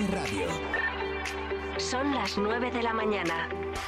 Es Radio. Son las 9 de la mañana.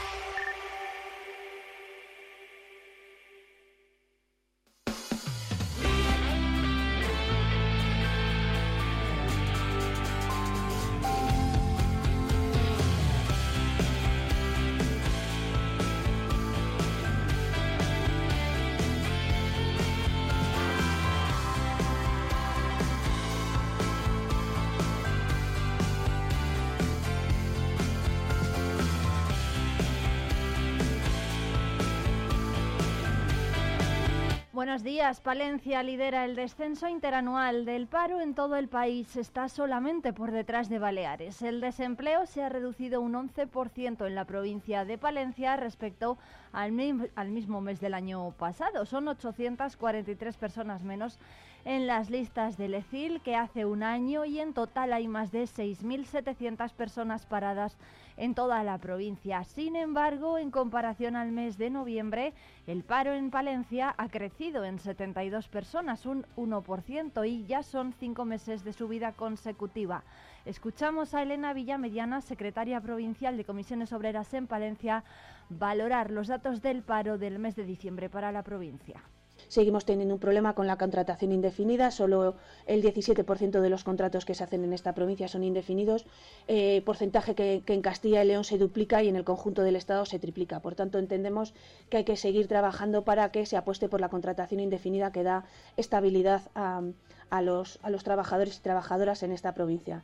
Buenos días. Palencia lidera el descenso interanual del paro en todo el país. Está solamente por detrás de Baleares. El desempleo se ha reducido un 11% en la provincia de Palencia respecto al mismo mes del año pasado. Son 843 personas menos en las listas del ECIL que hace un año y en total hay más de 6.700 personas paradas en toda la provincia. Sin embargo, en comparación al mes de noviembre, el paro en Palencia ha crecido en 72 personas, un 1%, y ya son 5 meses de subida consecutiva. Escuchamos a Elena Villamediana, secretaria provincial de Comisiones Obreras en Palencia, valorar los datos del paro del mes de diciembre para la provincia. Seguimos teniendo un problema con la contratación indefinida, solo el 17% de los contratos que se hacen en esta provincia son indefinidos, porcentaje que en Castilla y León se duplica y en el conjunto del Estado se triplica. Por tanto, entendemos que hay que seguir trabajando para que se apueste por la contratación indefinida que da estabilidad a los trabajadores y trabajadoras en esta provincia.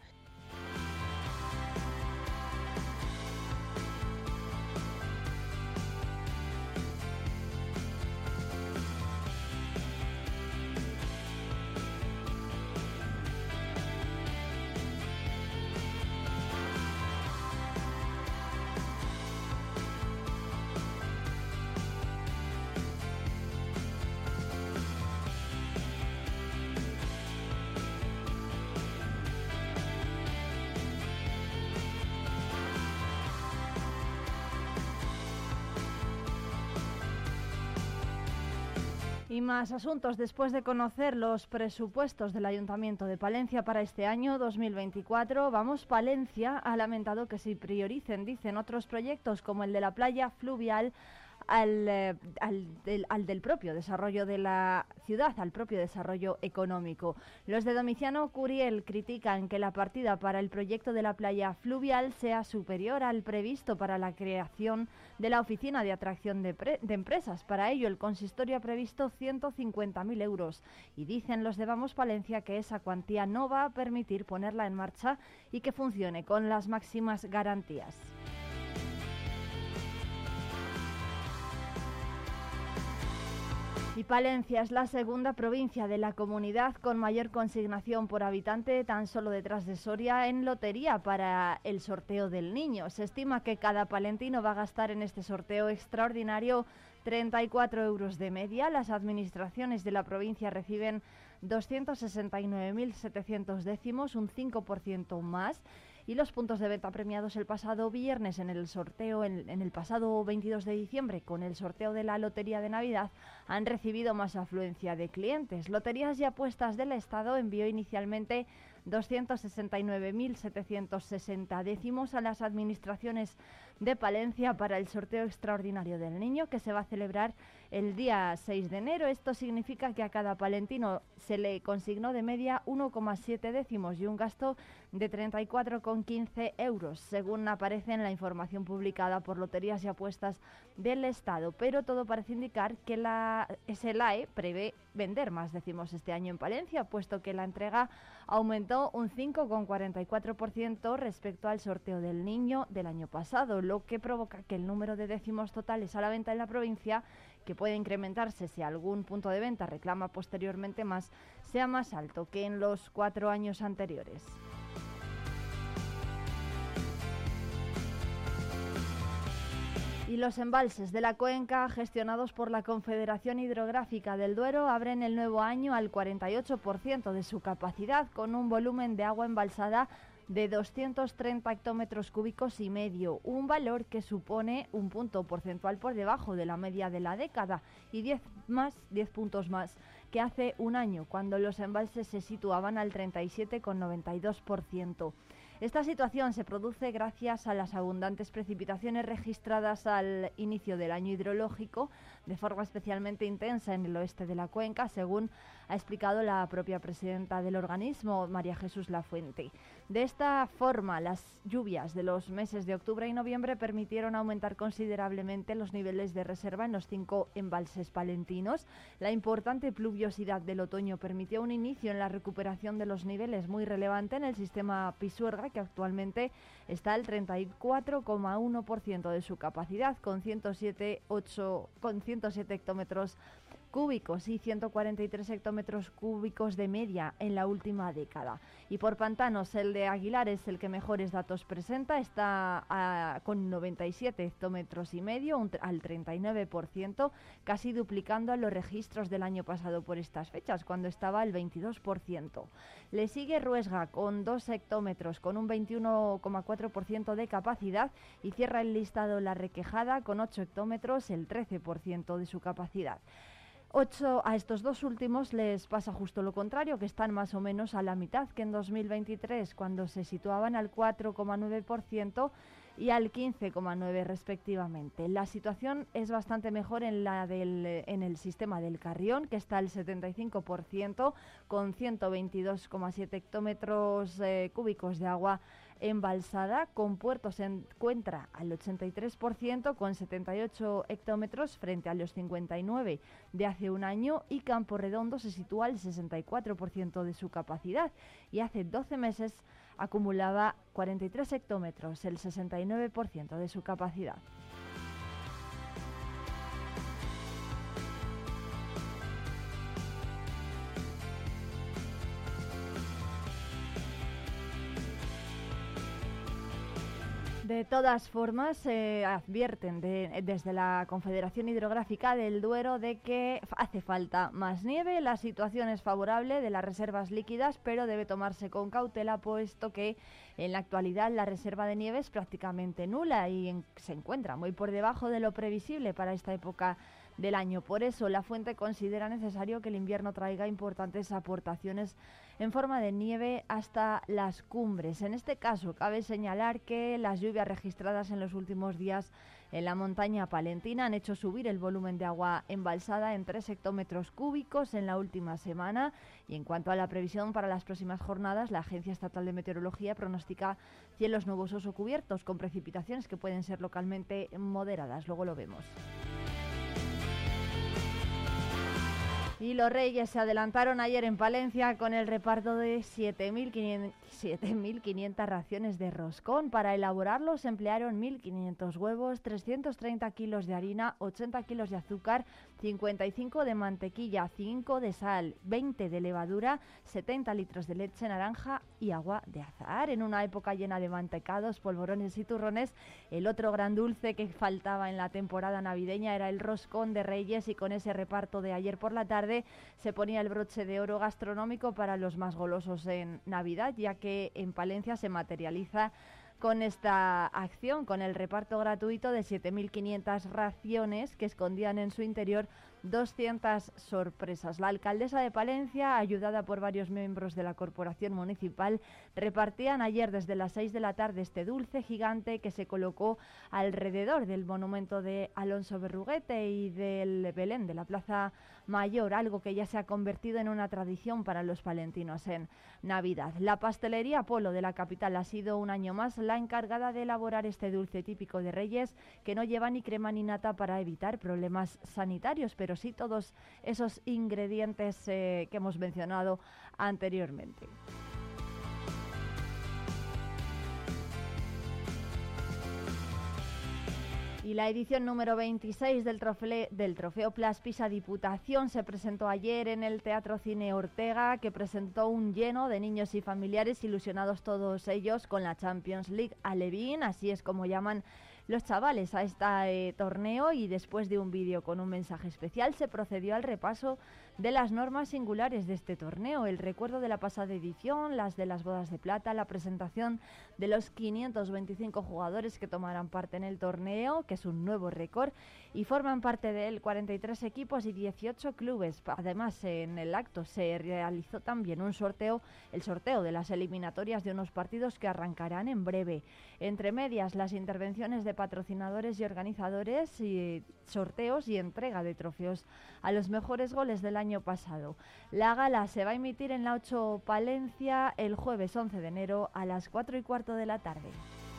Y más asuntos. Después de conocer los presupuestos del Ayuntamiento de Palencia para este año 2024, Vamos Palencia ha lamentado que se prioricen, dicen, otros proyectos como el de la playa fluvial al del propio desarrollo de la ciudad, al propio desarrollo económico. Los de Domiciano Curiel critican que la partida para el proyecto de la playa fluvial sea superior al previsto para la creación de la oficina de atracción de empresas. Para ello, el consistorio ha previsto 150.000 euros y dicen los de Vamos Palencia que esa cuantía no va a permitir ponerla en marcha y que funcione con las máximas garantías. Y Palencia es la segunda provincia de la comunidad con mayor consignación por habitante, tan solo detrás de Soria, en lotería para el sorteo del niño. Se estima que cada palentino va a gastar en este sorteo extraordinario 34 euros de media. Las administraciones de la provincia reciben 269.700 décimos, un 5% más. Y los puntos de venta premiados el pasado viernes en el sorteo, en el pasado 22 de diciembre, con el sorteo de la Lotería de Navidad, han recibido más afluencia de clientes. Loterías y Apuestas del Estado envió inicialmente 269.760 décimos a las administraciones de Palencia para el sorteo extraordinario del niño, que se va a celebrar el día 6 de enero. Esto significa que a cada palentino se le consignó de media 1,7 décimos y un gasto de 34,15 euros, según aparece en la información publicada por Loterías y Apuestas del Estado. Pero todo parece indicar que la SLAE prevé vender más décimos este año en Palencia, puesto que la entrega aumentó un 5,44% respecto al sorteo del niño del año pasado, lo que provoca que el número de décimos totales a la venta en la provincia, que puede incrementarse si algún punto de venta reclama posteriormente más, sea más alto que en los 4 años anteriores. Y los embalses de la cuenca, gestionados por la Confederación Hidrográfica del Duero, abren el nuevo año al 48% de su capacidad, con un volumen de agua embalsada de 230 hectómetros cúbicos y medio, un valor que supone un punto porcentual por debajo de la media de la década y 10 puntos más que hace un año, cuando los embalses se situaban al 37,92%. Esta situación se produce gracias a las abundantes precipitaciones registradas al inicio del año hidrológico, de forma especialmente intensa en el oeste de la cuenca, según ha explicado la propia presidenta del organismo, María Jesús Lafuente. De esta forma, las lluvias de los meses de octubre y noviembre permitieron aumentar considerablemente los niveles de reserva en los 5 embalses palentinos. La importante pluviosidad del otoño permitió un inicio en la recuperación de los niveles muy relevante en el sistema Pisuerga, que actualmente está al 34,1% de su capacidad, con 107 hectómetros cúbicos y 143 hectómetros cúbicos de media en la última década. Y por pantanos, el de Aguilar es el que mejores datos presenta, está con 97 hectómetros y medio, al 39%, casi duplicando a los registros del año pasado por estas fechas, cuando estaba al 22%. Le sigue Ruesga con 2 hectómetros, con un 21,4% de capacidad, y cierra el listado La Requejada con 8 hectómetros, el 13% de su capacidad. A estos dos últimos les pasa justo lo contrario, que están más o menos a la mitad que en 2023, cuando se situaban al 4,9% y al 15,9% respectivamente. La situación es bastante mejor en el sistema del Carrión, que está al 75%, con 122,7 hectómetros cúbicos de agua embalsada. Con Puerto se encuentra al 83%, con 78 hectómetros frente a los 59 de hace un año, y Campo Redondo se sitúa al 64% de su capacidad, y hace 12 meses acumulaba 43 hectómetros, el 69% de su capacidad. De todas formas, advierten desde la Confederación Hidrográfica del Duero de que hace falta más nieve. La situación es favorable de las reservas líquidas, pero debe tomarse con cautela, puesto que en la actualidad la reserva de nieve es prácticamente nula y se encuentra muy por debajo de lo previsible para esta época del año. Por eso, la fuente considera necesario que el invierno traiga importantes aportaciones en forma de nieve hasta las cumbres. En este caso, cabe señalar que las lluvias registradas en los últimos días en la montaña palentina han hecho subir el volumen de agua embalsada en 3 hectómetros cúbicos en la última semana. Y en cuanto a la previsión para las próximas jornadas, la Agencia Estatal de Meteorología pronostica cielos nubosos o cubiertos, con precipitaciones que pueden ser localmente moderadas. Luego lo vemos. Y los Reyes se adelantaron ayer en Palencia con el reparto de 7.500 raciones de roscón. Para elaborarlos emplearon 1.500 huevos, 330 kilos de harina, 80 kilos de azúcar, 55 de mantequilla, 5 de sal, 20 de levadura, 70 litros de leche naranja y agua de azahar. En una época llena de mantecados, polvorones y turrones, el otro gran dulce que faltaba en la temporada navideña era el roscón de Reyes, y con ese reparto de ayer por la tarde se ponía el broche de oro gastronómico para los más golosos en Navidad, ya que en Palencia se materializa con esta acción, con el reparto gratuito de 7.500 raciones que escondían en su interior 200 sorpresas. La alcaldesa de Palencia, ayudada por varios miembros de la corporación municipal, repartían ayer desde las 6 de la tarde este dulce gigante que se colocó alrededor del monumento de Alonso Berruguete y del Belén de la Plaza Mayor, algo que ya se ha convertido en una tradición para los palentinos en Navidad. La pastelería Polo de la capital ha sido un año más la encargada de elaborar este dulce típico de Reyes, que no lleva ni crema ni nata para evitar problemas sanitarios, pero sí todos esos ingredientes que hemos mencionado anteriormente. Y la edición número 26 del Trofeo Plas Pisa Diputación se presentó ayer en el Teatro Cine Ortega, que presentó un lleno de niños y familiares, ilusionados todos ellos con la Champions League Alevín, así es como llaman los chavales a este torneo. Y después de un vídeo con un mensaje especial se procedió al repaso de las normas singulares de este torneo, el recuerdo de la pasada edición, las de las bodas de plata, la presentación de los 525 jugadores que tomarán parte en el torneo, que es un nuevo récord, y forman parte de él 43 equipos y 18 clubes. Además, en el acto se realizó también el sorteo de las eliminatorias de unos partidos que arrancarán en breve. Entre medias, las intervenciones de patrocinadores y organizadores, y sorteos y entrega de trofeos a los mejores goles del año pasado. La gala se va a emitir en la 8 Palencia el jueves 11 de enero a las 4:15 de la tarde.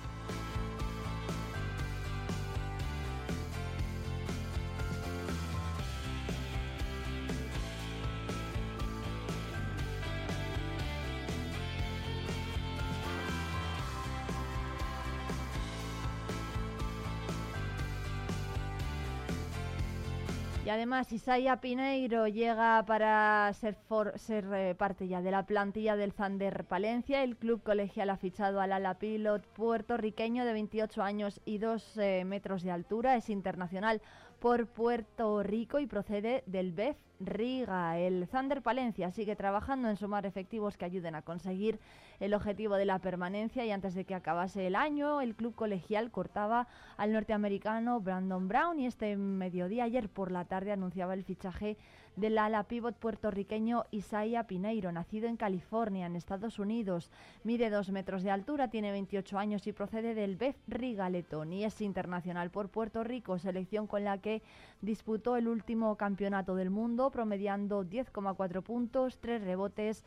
Y además Isaia Pineiro llega para ser parte ya de la plantilla del Thunder Palencia. El club colegial ha fichado al ala pilot puertorriqueño de 28 años y 2 metros de altura. Es internacional por Puerto Rico y procede del BEF Riga. El Thunder Palencia sigue trabajando en sumar efectivos que ayuden a conseguir el objetivo de la permanencia, y antes de que acabase el año el club colegial cortaba al norteamericano Brandon Brown, y este mediodía, ayer por la tarde, anunciaba el fichaje del ala pívot puertorriqueño Isaia Pineiro, nacido en California, en Estados Unidos. Mide 2 metros de altura, tiene 28 años y procede del BEF Riga letón, y es internacional por Puerto Rico, selección con la que disputó el último campeonato del mundo, promediando 10,4 puntos, 3 rebotes,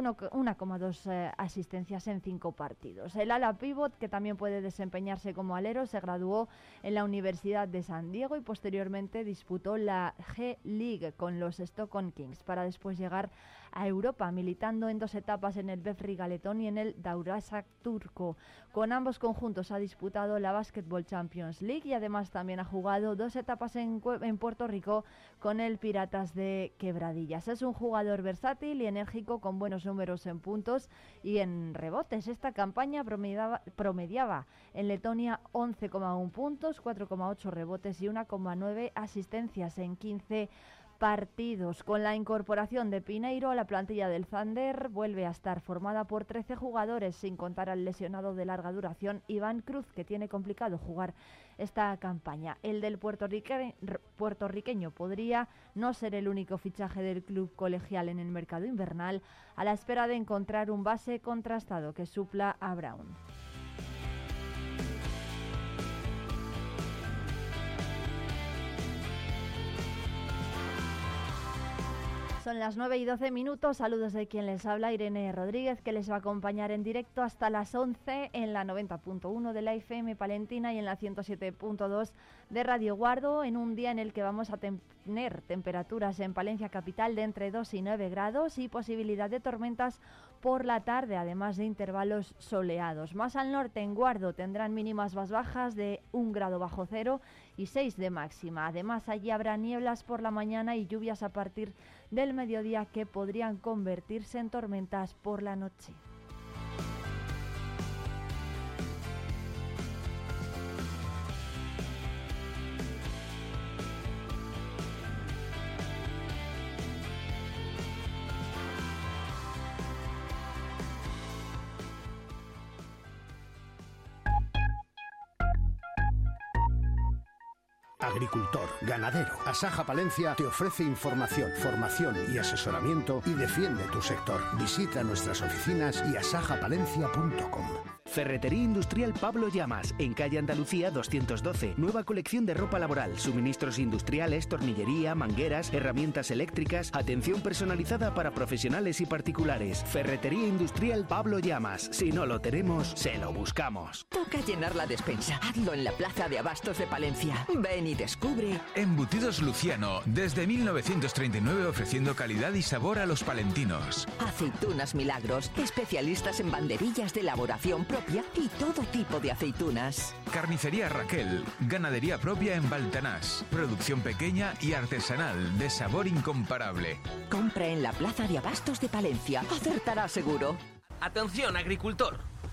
1,2 asistencias en 5 partidos. El ala pívot, que también puede desempeñarse como alero, se graduó en la Universidad de San Diego y posteriormente disputó la G-League con los Stockton Kings, para después llegar a Europa, militando en 2 etapas en el BEF Riga letón y en el Daurasak turco. Con ambos conjuntos ha disputado la Basketball Champions League y además también ha jugado 2 etapas en Puerto Rico con el Piratas de Quebradillas. Es un jugador versátil y enérgico con buenos números en puntos y en rebotes. Esta campaña promediaba en Letonia 11,1 puntos, 4,8 rebotes y 1,9 asistencias en 15 partidos. Con la incorporación de Pineiro, la plantilla del Thunder vuelve a estar formada por 13 jugadores, sin contar al lesionado de larga duración Iván Cruz, que tiene complicado jugar esta campaña. El del puertorriqueño podría no ser el único fichaje del club colegial en el mercado invernal, a la espera de encontrar un base contrastado que supla a Brown. Son las 9:12. Saludos de quien les habla, Irene Rodríguez, que les va a acompañar en directo hasta las 11 en la 90.1 de la FM Palentina y en la 107.2 de Radio Guardo, en un día en el que vamos a tener temperaturas en Palencia capital de entre 2 y 9 grados y posibilidad de tormentas por la tarde, además de intervalos soleados. Más al norte, en Guardo, tendrán mínimas más bajas de 1 grado bajo cero y 6 de máxima. Además, allí habrá nieblas por la mañana y lluvias a partir del mediodía que podrían convertirse en tormentas por la noche. Agricultor, ganadero. Asaja Palencia te ofrece información, formación y asesoramiento y defiende tu sector. Visita nuestras oficinas y asajapalencia.com. Ferretería Industrial Pablo Llamas, en calle Andalucía 212. Nueva colección de ropa laboral, suministros industriales, tornillería, mangueras, herramientas eléctricas, atención personalizada para profesionales y particulares. Ferretería Industrial Pablo Llamas. Si no lo tenemos, se lo buscamos. Toca llenar la despensa. Hazlo en la Plaza de Abastos de Palencia. Ven y descubre. Embutidos Luciano, desde 1939 ofreciendo calidad y sabor a los palentinos. Aceitunas Milagros, especialistas en banderillas de elaboración propia y todo tipo de aceitunas. Carnicería Raquel, ganadería propia en Baltanás. Producción pequeña y artesanal, de sabor incomparable. Compra en la Plaza de Abastos de Palencia. Acertará seguro. Atención, agricultor.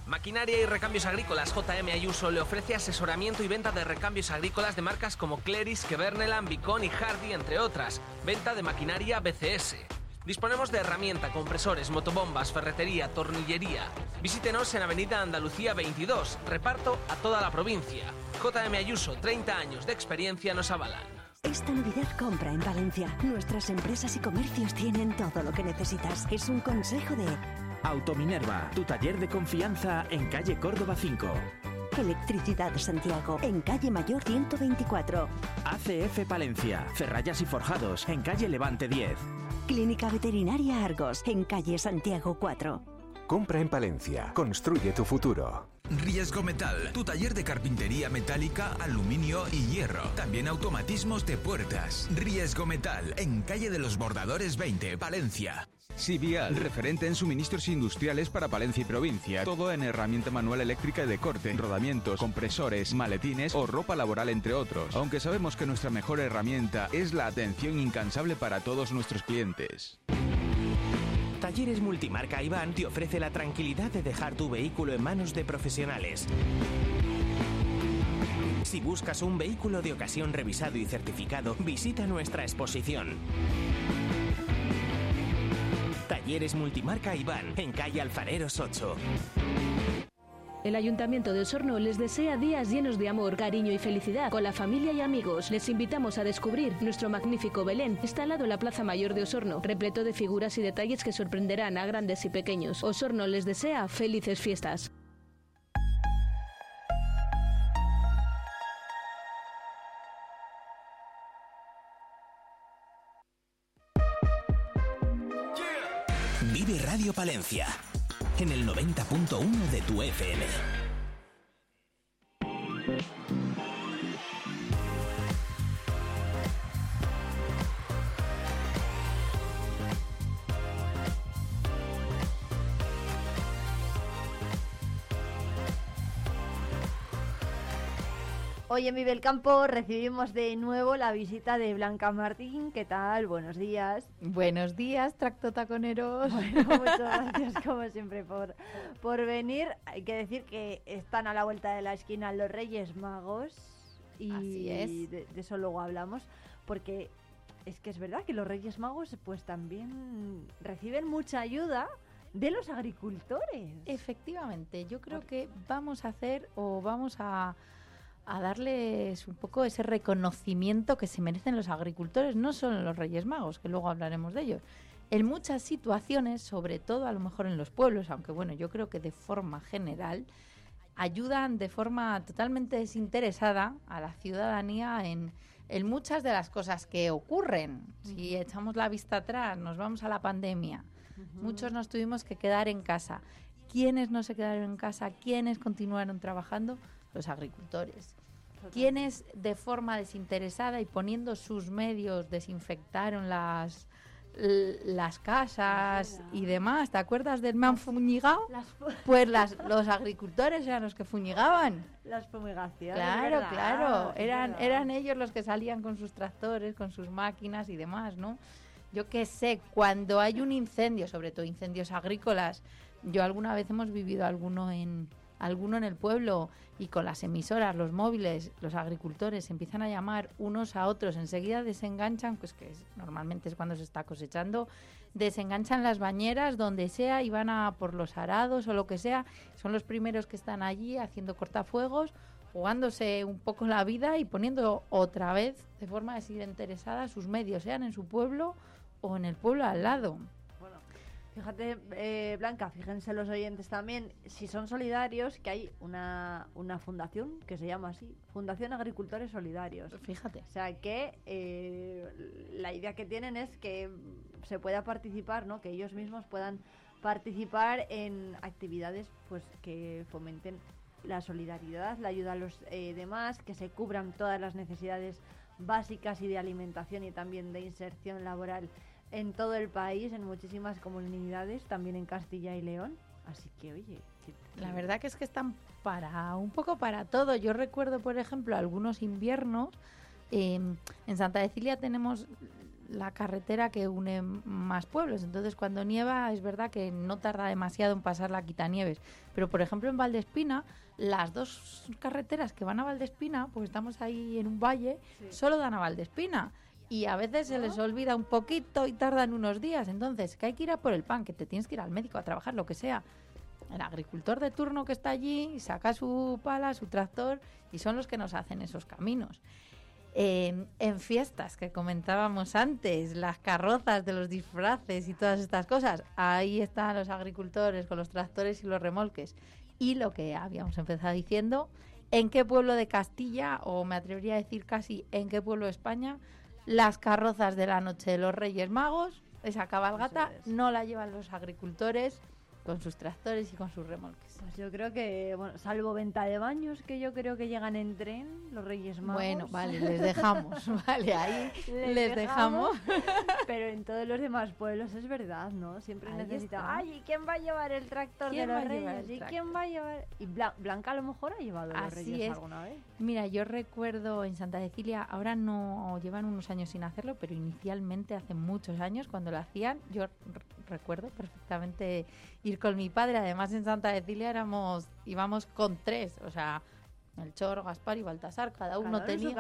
Maquinaria y recambios agrícolas. JM Ayuso le ofrece asesoramiento y venta de recambios agrícolas de marcas como Cleris, Queberneland, Bicon y Hardy, entre otras. Venta de maquinaria BCS. Disponemos de herramienta, compresores, motobombas, ferretería, tornillería. Visítenos en Avenida Andalucía 22. Reparto a toda la provincia. JM Ayuso, 30 años de experiencia nos avalan. Esta Navidad compra en Valencia. Nuestras empresas y comercios tienen todo lo que necesitas. Es un consejo de... Autominerva, tu taller de confianza en calle Córdoba 5. Electricidad Santiago, en calle Mayor 124. ACF Palencia, Ferrallas y Forjados, en calle Levante 10. Clínica Veterinaria Argos, en calle Santiago 4. Compra en Palencia, construye tu futuro. Riesgo Metal, tu taller de carpintería metálica, aluminio y hierro. También automatismos de puertas. Riesgo Metal, en calle de los Bordadores 20, Palencia. Sivial, referente en suministros industriales para Palencia y provincia. Todo en herramienta manual eléctrica y de corte, rodamientos, compresores, maletines o ropa laboral, entre otros. Aunque sabemos que nuestra mejor herramienta es la atención incansable para todos nuestros clientes. Talleres Multimarca Iván te ofrece la tranquilidad de dejar tu vehículo en manos de profesionales. Si buscas un vehículo de ocasión revisado y certificado, visita nuestra exposición. Talleres Multimarca Iván, en calle Alfareros 8. El Ayuntamiento de Osorno les desea días llenos de amor, cariño y felicidad con la familia y amigos. Les invitamos a descubrir nuestro magnífico Belén, instalado en la Plaza Mayor de Osorno, repleto de figuras y detalles que sorprenderán a grandes y pequeños. Osorno les desea felices fiestas. Vive Radio Palencia, en el 90.1 de tu FM. Hoy en Vive el Campo recibimos de nuevo la visita de Blanca Martín. ¿Qué tal? Buenos días. Buenos días, tractotaconeros. Bueno, muchas gracias como siempre por venir. Hay que decir que están a la vuelta de la esquina los Reyes Magos. Y así es. De eso luego hablamos, porque es que es verdad que los Reyes Magos pues también reciben mucha ayuda de los agricultores. Efectivamente, yo creo que vamos a darles un poco ese reconocimiento que se merecen los agricultores, no solo los Reyes Magos, que luego hablaremos de ellos. En muchas situaciones, sobre todo a lo mejor en los pueblos, aunque bueno, yo creo que de forma general, ayudan de forma totalmente desinteresada a la ciudadanía en muchas de las cosas que ocurren. Si echamos la vista atrás, nos vamos a la pandemia, muchos nos tuvimos que quedar en casa. ¿Quiénes no se quedaron en casa? ¿Quiénes continuaron trabajando? Los agricultores. Quienes de forma desinteresada y poniendo sus medios desinfectaron las casas y demás. ¿Te acuerdas del man fumigado? Pues los agricultores eran los que fumigaban. Las fumigaciones. Claro, claro. Eran ellos los que salían con sus tractores, con sus máquinas y demás, ¿no? Yo qué sé, cuando hay un incendio, sobre todo incendios agrícolas, yo alguna vez hemos vivido alguno en el pueblo, y con las emisoras, los móviles, los agricultores se empiezan a llamar unos a otros, enseguida desenganchan, pues normalmente es cuando se está cosechando, desenganchan las bañeras donde sea y van a por los arados o lo que sea, son los primeros que están allí haciendo cortafuegos, jugándose un poco la vida y poniendo otra vez de forma desinteresada sus medios, sean en su pueblo o en el pueblo al lado. Fíjate, Blanca, fíjense los oyentes también, si son solidarios, que hay una fundación que se llama así, Fundación Agricultores Solidarios. Fíjate. O sea que la idea que tienen es que se pueda participar, ¿no? Que ellos mismos puedan participar en actividades pues que fomenten la solidaridad, la ayuda a los demás, que se cubran todas las necesidades básicas y de alimentación y también de inserción laboral en todo el país, en muchísimas comunidades, también en Castilla y León. Así que, oye... La verdad que es que están un poco para todo. Yo recuerdo, por ejemplo, algunos inviernos, en Santa Cecilia tenemos la carretera que une más pueblos. Entonces, cuando nieva, es verdad que no tarda demasiado en pasar la quitanieves. Pero, por ejemplo, en Valdespina, las dos carreteras que van a Valdespina, porque estamos ahí en un valle, solo dan a Valdespina. Y a veces se les olvida un poquito y tardan unos días. Entonces, que hay que ir a por el pan, que te tienes que ir al médico a trabajar, lo que sea. El agricultor de turno que está allí saca su pala, su tractor, y son los que nos hacen esos caminos. En fiestas que comentábamos antes, las carrozas de los disfraces y todas estas cosas, ahí están los agricultores con los tractores y los remolques. Y lo que habíamos empezado diciendo, ¿en qué pueblo de Castilla, o me atrevería a decir casi en qué pueblo de España, las carrozas de la noche de los Reyes Magos, esa cabalgata, no la llevan los agricultores con sus tractores y con sus remolques? Pues yo creo que, bueno, salvo Venta de Baños, que yo creo que llegan en tren, los Reyes Magos. Bueno, vale, les dejamos, vale, ahí les dejamos. Pero en todos los demás pueblos es verdad, ¿no? Siempre necesitan, ay, ¿y quién va a llevar el tractor de los Reyes? ¿Y quién va a llevar? Y Blanca a lo mejor ha llevado los Reyes alguna vez. Mira, yo recuerdo en Santa Cecilia, ahora no llevan unos años sin hacerlo, pero inicialmente hace muchos años cuando lo hacían, yo recuerdo perfectamente ir con mi padre. Además, en Santa Cecilia íbamos con 3, o sea, Melchor, Gaspar y Baltasar, cada uno tenía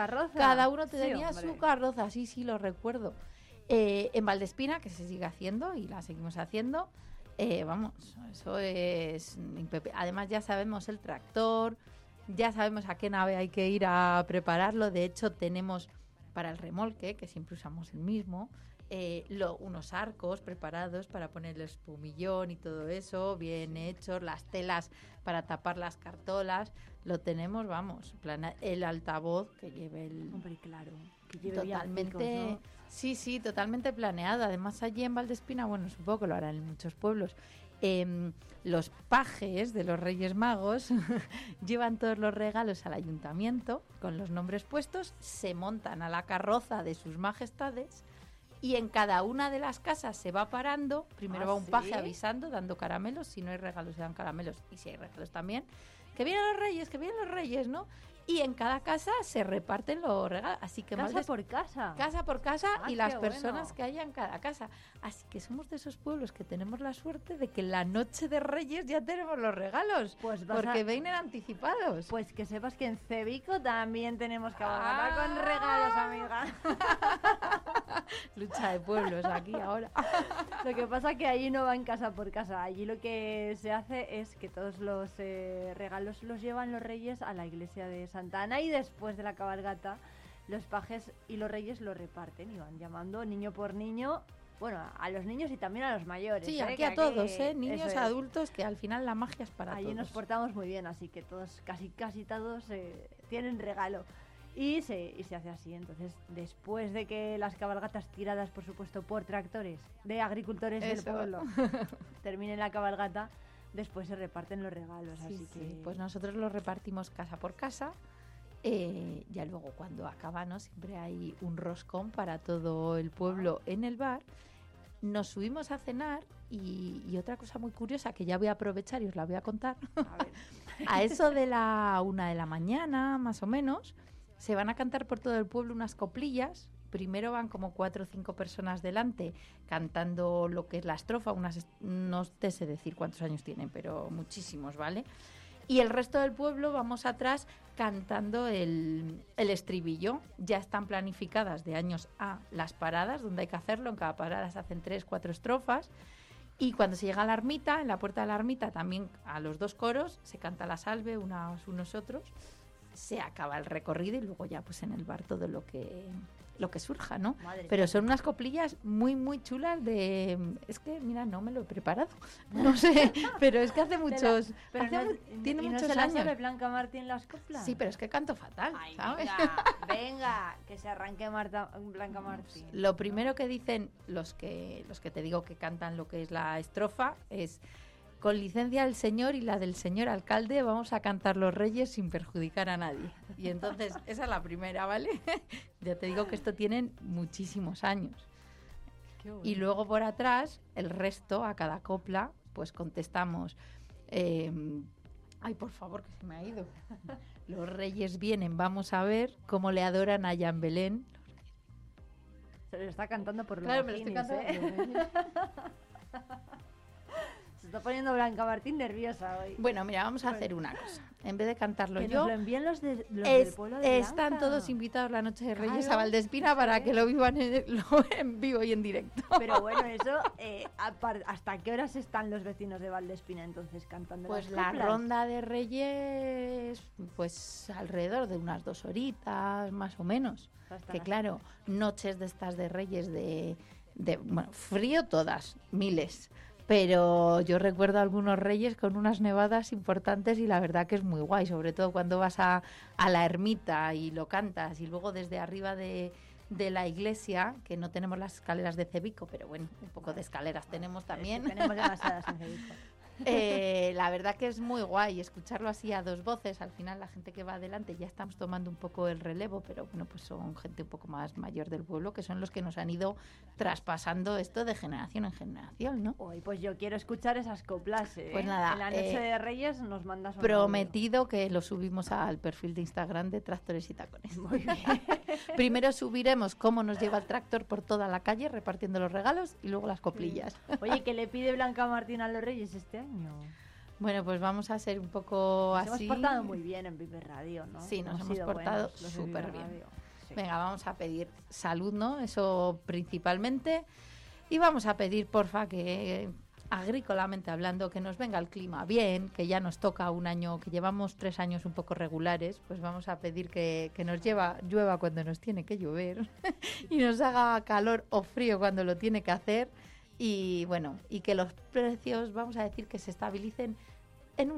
su carroza, sí, lo recuerdo. En Valdespina, que se sigue haciendo y la seguimos haciendo, vamos, eso es... Además, ya sabemos el tractor, ya sabemos a qué nave hay que ir a prepararlo. De hecho, tenemos para el remolque, que siempre usamos el mismo, unos arcos preparados para poner el espumillón y todo eso, bien hechos, las telas para tapar las cartolas, lo tenemos, vamos, el altavoz que lleve el... Hombre, claro, que lleve totalmente, villancicos, ¿no? Sí, totalmente planeado. Además, allí en Valdespina, bueno, supongo que lo harán en muchos pueblos, los pajes de los Reyes Magos llevan todos los regalos al ayuntamiento con los nombres puestos, se montan a la carroza de sus majestades y en cada una de las casas se va parando. Primero va un paje avisando, dando caramelos. Si no hay regalos, se dan caramelos. Y si hay regalos también. Que vienen los reyes, ¿no? Y en cada casa se reparten los regalos. Así que casa por casa. Casa por casa y las personas que haya en cada casa. Así que somos de esos pueblos que tenemos la suerte de que la noche de Reyes ya tenemos los regalos. Pues porque vienen anticipados. Pues que sepas que en Cebico también tenemos cabalgata con regalos, amiga. Lucha de pueblos aquí ahora. Lo que pasa es que allí no van casa por casa. Allí lo que se hace es que todos los regalos los llevan los reyes a la iglesia de Santa Ana y después de la cabalgata los pajes y los reyes lo reparten y van llamando niño por niño, bueno, a los niños y también a los mayores. Sí, aquí a todos, niños, adultos, que al final la magia es para todos. Allí nos portamos muy bien, así que todos, casi todos tienen regalo. Y se hace así. Entonces, después de que las cabalgatas tiradas, por supuesto, por tractores de agricultores del pueblo terminen la cabalgata, después se reparten los regalos. Sí, así que... Pues nosotros los repartimos casa por casa. Ya luego cuando acaba, ¿no? Siempre hay un roscón para todo el pueblo en el bar. Nos subimos a cenar y otra cosa muy curiosa que ya voy a aprovechar y os la voy a contar. A eso de la 1 de la mañana, más o menos, se van a cantar por todo el pueblo unas coplillas. Primero van como 4 o 5 personas delante cantando lo que es la estrofa. No te sé decir cuántos años tienen, pero muchísimos, ¿vale? Y el resto del pueblo vamos atrás cantando el estribillo. Ya están planificadas de años a las paradas, donde hay que hacerlo. En cada parada se hacen 3 o 4 estrofas. Y cuando se llega a la ermita, en la puerta de la ermita, también a los 2 coros, se canta la salve unos otros. Se acaba el recorrido y luego ya pues en el bar todo lo que surja, ¿no? Pero son unas coplillas muy, muy chulas de... Es que, mira, no me lo he preparado. No sé, pero es que hace muchos... Tiene muchos ¿no se años. ¿No sabe Blanca Martín las coplas? Sí, pero es que canto fatal, ¿sabes? Venga, que se arranque Blanca Martín. Lo primero que dicen los que te digo que cantan lo que es la estrofa es... Con licencia del señor y la del señor alcalde vamos a cantar los reyes sin perjudicar a nadie. Y entonces, esa es la primera, ¿vale? Ya te digo que esto tienen muchísimos años. Qué bueno. Y luego por atrás, el resto, a cada copla, pues contestamos... ay, por favor, que se me ha ido. Los reyes vienen, vamos a ver cómo le adoran allá en Belén. Se lo está cantando por los Claro, me lo estoy cantando. Se está poniendo Blanca Martín nerviosa hoy. Bueno, mira, vamos a hacer una cosa. En vez de cantarlo que yo, nos lo envíen los del pueblo de están Blanca. todos invitados la noche de Reyes Claro, a Valdespina para que lo vivan en vivo y en directo. Pero bueno, eso, ¿hasta qué horas están los vecinos de Valdespina entonces cantando Pues las la coplas? ronda de Reyes, pues alrededor de unas 2 horitas, más o menos. Hasta Que las claro, noches de estas de Reyes bueno, frío todas, miles. Pero yo recuerdo algunos Reyes con unas nevadas importantes y la verdad que es muy guay, sobre todo cuando vas a la ermita y lo cantas y luego desde arriba de la iglesia, que no tenemos las escaleras de Cebico, pero bueno, un poco de escaleras tenemos también. Tenemos demasiadas en Cebico. La verdad que es muy guay escucharlo así a 2 voces. Al final la gente que va adelante ya estamos tomando un poco el relevo, pero bueno, pues son gente un poco más mayor del pueblo que son los que nos han ido traspasando esto de generación en generación, ¿no? Hoy pues yo quiero escuchar esas coplas, ¿eh? Pues nada, en la noche de Reyes nos mandas un prometido que lo subimos al perfil de Instagram de Tractores y Tacones. Muy bien. Primero subiremos cómo nos lleva el tractor por toda la calle repartiendo los regalos y luego las coplillas. Sí. Oye, ¿qué le pide Blanca Martín a los Reyes este año? Bueno, pues vamos a ser un poco Nos así. hemos portado muy bien en Vive Radio, ¿no? Sí, nos hemos portado súper bien. Sí. Venga, vamos a pedir salud, ¿no? Eso principalmente. Y vamos a pedir, porfa, que agrícolamente hablando, que nos venga el clima bien, que ya nos toca un año, que llevamos 3 años un poco regulares, pues vamos a pedir que nos llueva cuando nos tiene que llover y nos haga calor o frío cuando lo tiene que hacer. Y bueno, y que los precios, vamos a decir, que se estabilicen en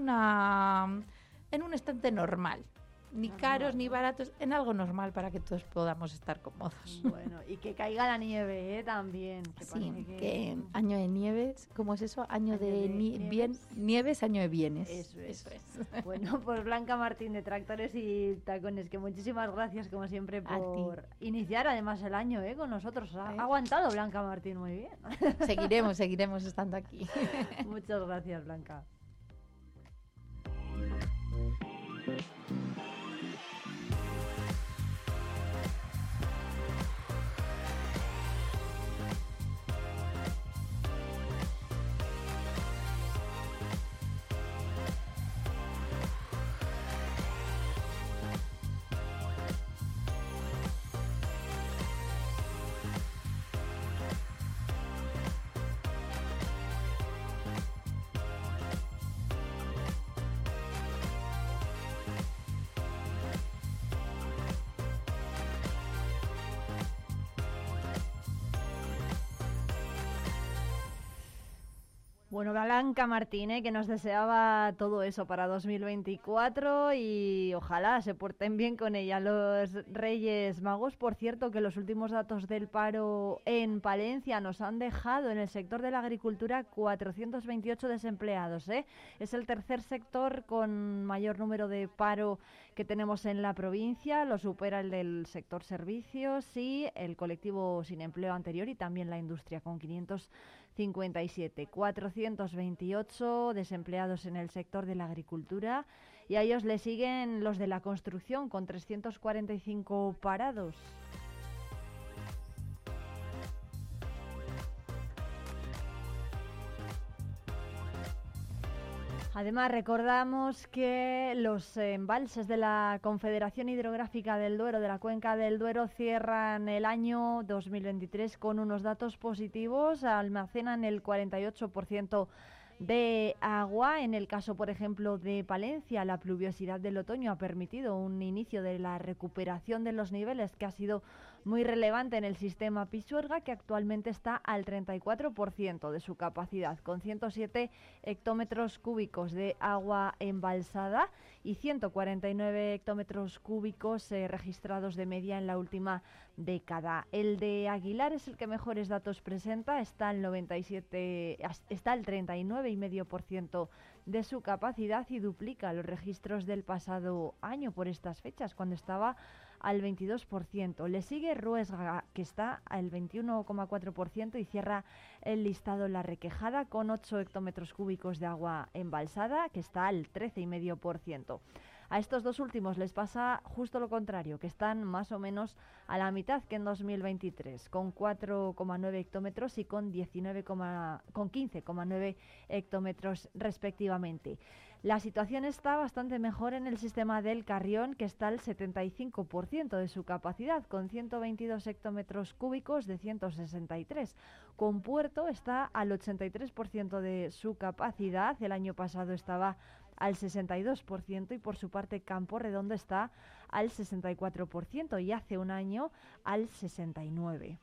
un estante normal. Ni caros ni baratos, en algo normal para que todos podamos estar cómodos. Bueno, y que caiga la nieve, también. Que sí, parece que año de nieves, ¿cómo es eso? Año de nieves, año de bienes. Eso es. Bueno, pues Blanca Martín de Tractores y Tacones, que muchísimas gracias como siempre por iniciar además el año con nosotros. Ha aguantado Blanca Martín muy bien. Seguiremos estando aquí. Muchas gracias, Blanca. Bueno, Blanca Martín, que nos deseaba todo eso para 2024 y ojalá se porten bien con ella los Reyes Magos. Por cierto, que los últimos datos del paro en Palencia nos han dejado en el sector de la agricultura 428 desempleados. Es el tercer sector con mayor número de paro que tenemos en la provincia, lo supera el del sector servicios y el colectivo sin empleo anterior y también la industria con 557, 428 desempleados en el sector de la agricultura y a ellos le siguen los de la construcción con 345 parados. Además, recordamos que los embalses de la Confederación Hidrográfica del Duero, de la Cuenca del Duero, cierran el año 2023 con unos datos positivos, almacenan el 48% de agua. En el caso, por ejemplo, de Palencia, la pluviosidad del otoño ha permitido un inicio de la recuperación de los niveles que ha sido muy relevante en el sistema Pisuerga, que actualmente está al 34% de su capacidad, con 107 hectómetros cúbicos de agua embalsada y 149 hectómetros cúbicos registrados de media en la última década. El de Aguilar es el que mejores datos presenta, está al 39,5% de su capacidad y duplica los registros del pasado año por estas fechas, cuando estaba al 22%. Le sigue Ruesga, que está al 21,4% y cierra el listado La Requejada con 8 hectómetros cúbicos de agua embalsada, que está al 13,5%. A estos dos últimos les pasa justo lo contrario, que están más o menos a la mitad que en 2023, con 4,9 hectómetros y con 15,9 hectómetros respectivamente. La situación está bastante mejor en el sistema del Carrión, que está al 75% de su capacidad, con 122 hectómetros cúbicos de 163. Compuerto está al 83% de su capacidad, el año pasado estaba al 62%, y por su parte Campo Redondo está al 64% y hace un año al 69%.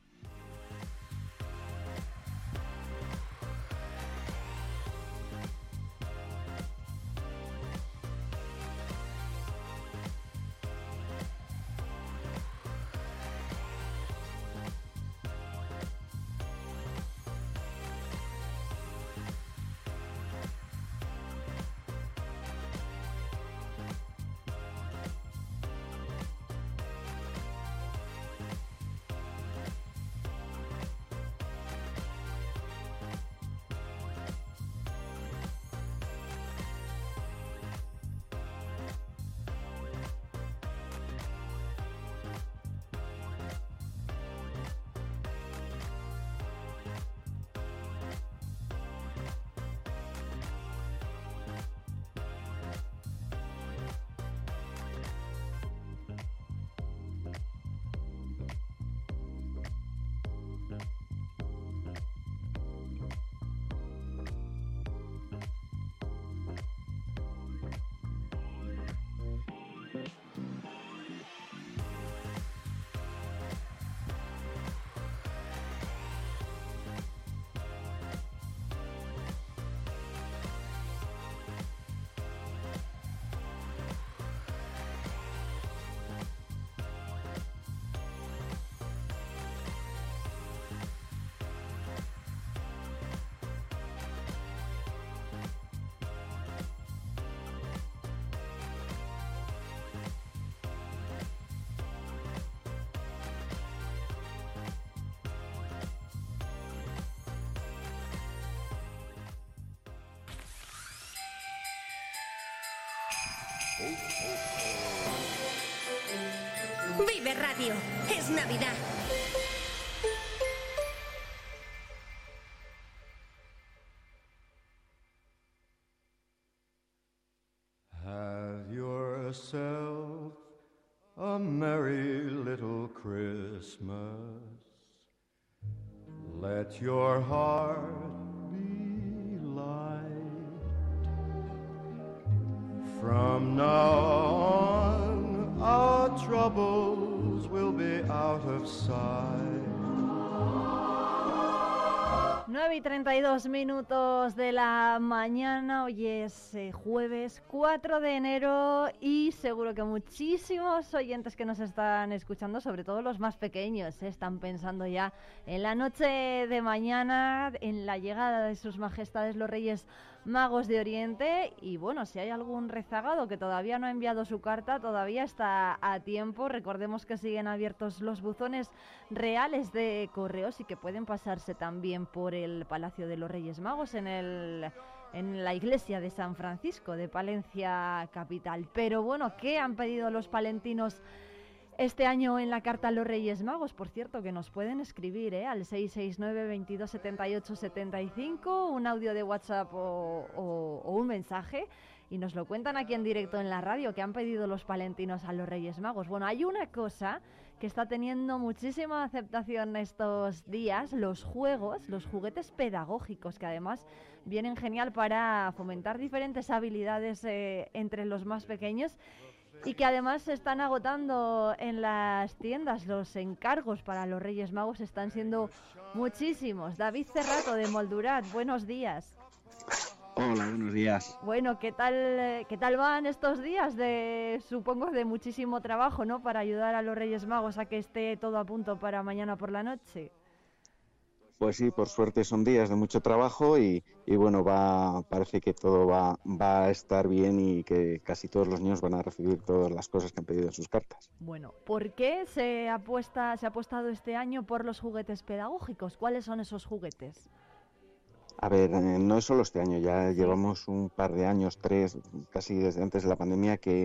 Vive Radio, es Navidad. Have yourself a merry little Christmas. Let your heart be light. From now on, our troubles will be out of sight. 9:32 de la mañana, hoy es jueves 4 de enero y seguro que muchísimos oyentes que nos están escuchando, sobre todo los más pequeños, están pensando ya en la noche de mañana, en la llegada de sus majestades los Reyes Magos de Oriente. Y bueno, si hay algún rezagado que todavía no ha enviado su carta, todavía está a tiempo. Recordemos que siguen abiertos los buzones reales de correos y que pueden pasarse también por el Palacio de los Reyes Magos en la iglesia de San Francisco de Palencia capital. Pero bueno, ¿qué han pedido los palentinos este año en la carta a los Reyes Magos? Por cierto, que nos pueden escribir al 669 22 78 75, un audio de WhatsApp o un mensaje, y nos lo cuentan aquí en directo en la radio. ¿Qué han pedido los palentinos a los Reyes Magos? Bueno, hay una cosa que está teniendo muchísima aceptación estos días: los juguetes pedagógicos, que además vienen genial para fomentar diferentes habilidades entre los más pequeños, y que además se están agotando en las tiendas. Los encargos para los Reyes Magos están siendo muchísimos. David Cerrato, de Moldurat, buenos días. Hola, buenos días. Bueno, ¿qué tal van estos días supongo de muchísimo trabajo, ¿no?, para ayudar a los Reyes Magos a que esté todo a punto para mañana por la noche? Pues sí, por suerte son días de mucho trabajo y bueno, parece que todo va a estar bien y que casi todos los niños van a recibir todas las cosas que han pedido en sus cartas. Bueno, ¿por qué se ha apostado este año por los juguetes pedagógicos? ¿Cuáles son esos juguetes? A ver, no es solo este año, ya llevamos un par de años, 3, casi desde antes de la pandemia, que